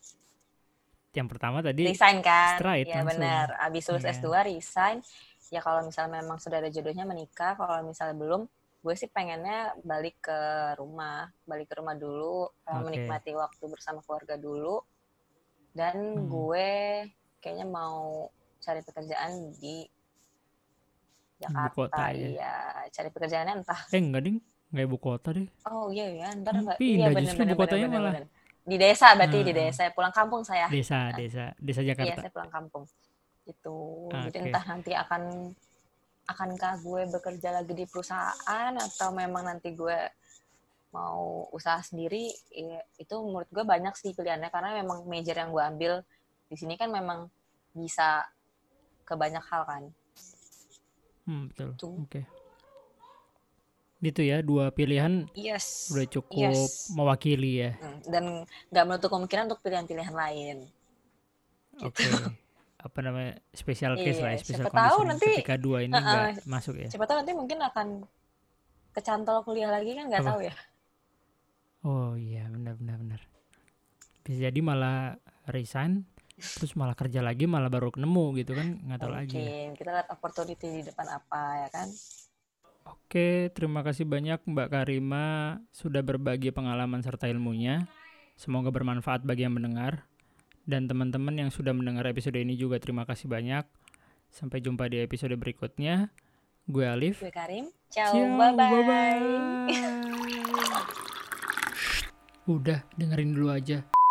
[SPEAKER 1] Yang pertama tadi
[SPEAKER 2] resign kan?
[SPEAKER 1] straight
[SPEAKER 2] Ya
[SPEAKER 1] langsung.
[SPEAKER 2] benar. Abis lulus
[SPEAKER 1] Yeah.
[SPEAKER 2] S dua resign. Ya kalau misalnya memang sudah ada jodohnya menikah. Kalau misalnya belum, gue sih pengennya balik ke rumah, balik ke rumah dulu,
[SPEAKER 1] Okay.
[SPEAKER 2] menikmati waktu bersama keluarga dulu. Dan
[SPEAKER 1] Hmm.
[SPEAKER 2] gue kayaknya mau cari pekerjaan di Jakarta.
[SPEAKER 1] Ibu kota ya.
[SPEAKER 2] Iya, cari pekerjaannya entah.
[SPEAKER 1] Eh enggak ding, enggak ibu kota deh.
[SPEAKER 2] Oh iya ya, ntar
[SPEAKER 1] Hmm,
[SPEAKER 2] enggak.
[SPEAKER 1] pindah
[SPEAKER 2] Iya
[SPEAKER 1] justru
[SPEAKER 2] benar-benar
[SPEAKER 1] ibu kotanya
[SPEAKER 2] benar
[SPEAKER 1] malah.
[SPEAKER 2] benar. Di desa berarti
[SPEAKER 1] Hmm.
[SPEAKER 2] di desa, pulang kampung saya.
[SPEAKER 1] Desa, desa, desa
[SPEAKER 2] Iya,
[SPEAKER 1] Jakarta.
[SPEAKER 2] saya pulang kampung. Itu.
[SPEAKER 1] Oke.
[SPEAKER 2] Jadi entah nanti akan akankah gue bekerja lagi di perusahaan atau memang nanti gue mau usaha sendiri. Ya, itu menurut gue banyak sih pilihannya karena memang major yang gue ambil di sini kan memang bisa ke banyak hal kan.
[SPEAKER 1] Hmm, betul.
[SPEAKER 2] Itu.
[SPEAKER 1] Oke. Gitu ya, dua pilihan
[SPEAKER 2] Yes.
[SPEAKER 1] udah cukup
[SPEAKER 2] Yes.
[SPEAKER 1] mewakili ya.
[SPEAKER 2] Hmm, dan nggak menutup kemungkinan untuk pilihan-pilihan lain.
[SPEAKER 1] Oke. Apa namanya, special case lah,
[SPEAKER 2] Iya,
[SPEAKER 1] ya, special
[SPEAKER 2] siapa tahu
[SPEAKER 1] condition
[SPEAKER 2] nanti
[SPEAKER 1] ketika dua ini
[SPEAKER 2] uh-uh,
[SPEAKER 1] nggak masuk ya.
[SPEAKER 2] siapa tahu nanti mungkin akan kecantol kuliah lagi kan, nggak
[SPEAKER 1] Apa?
[SPEAKER 2] tahu ya.
[SPEAKER 1] Oh iya, benar benar benar. Bisa jadi malah resign, terus malah kerja lagi, malah baru ketemu gitu kan, nggak tahu lagi ya.
[SPEAKER 2] Mungkin kita lihat opportunity di depan apa ya kan.
[SPEAKER 1] Oke, terima kasih banyak Mbak Karima sudah berbagi pengalaman serta ilmunya. Semoga bermanfaat bagi yang mendengar. Dan teman-teman yang sudah mendengar episode ini juga terima kasih banyak. Sampai jumpa di episode berikutnya. Gue Alif.
[SPEAKER 2] Gue Karim. Ciao,
[SPEAKER 1] Ciao,
[SPEAKER 2] bye-bye.
[SPEAKER 1] bye-bye. Udah, dengerin dulu aja.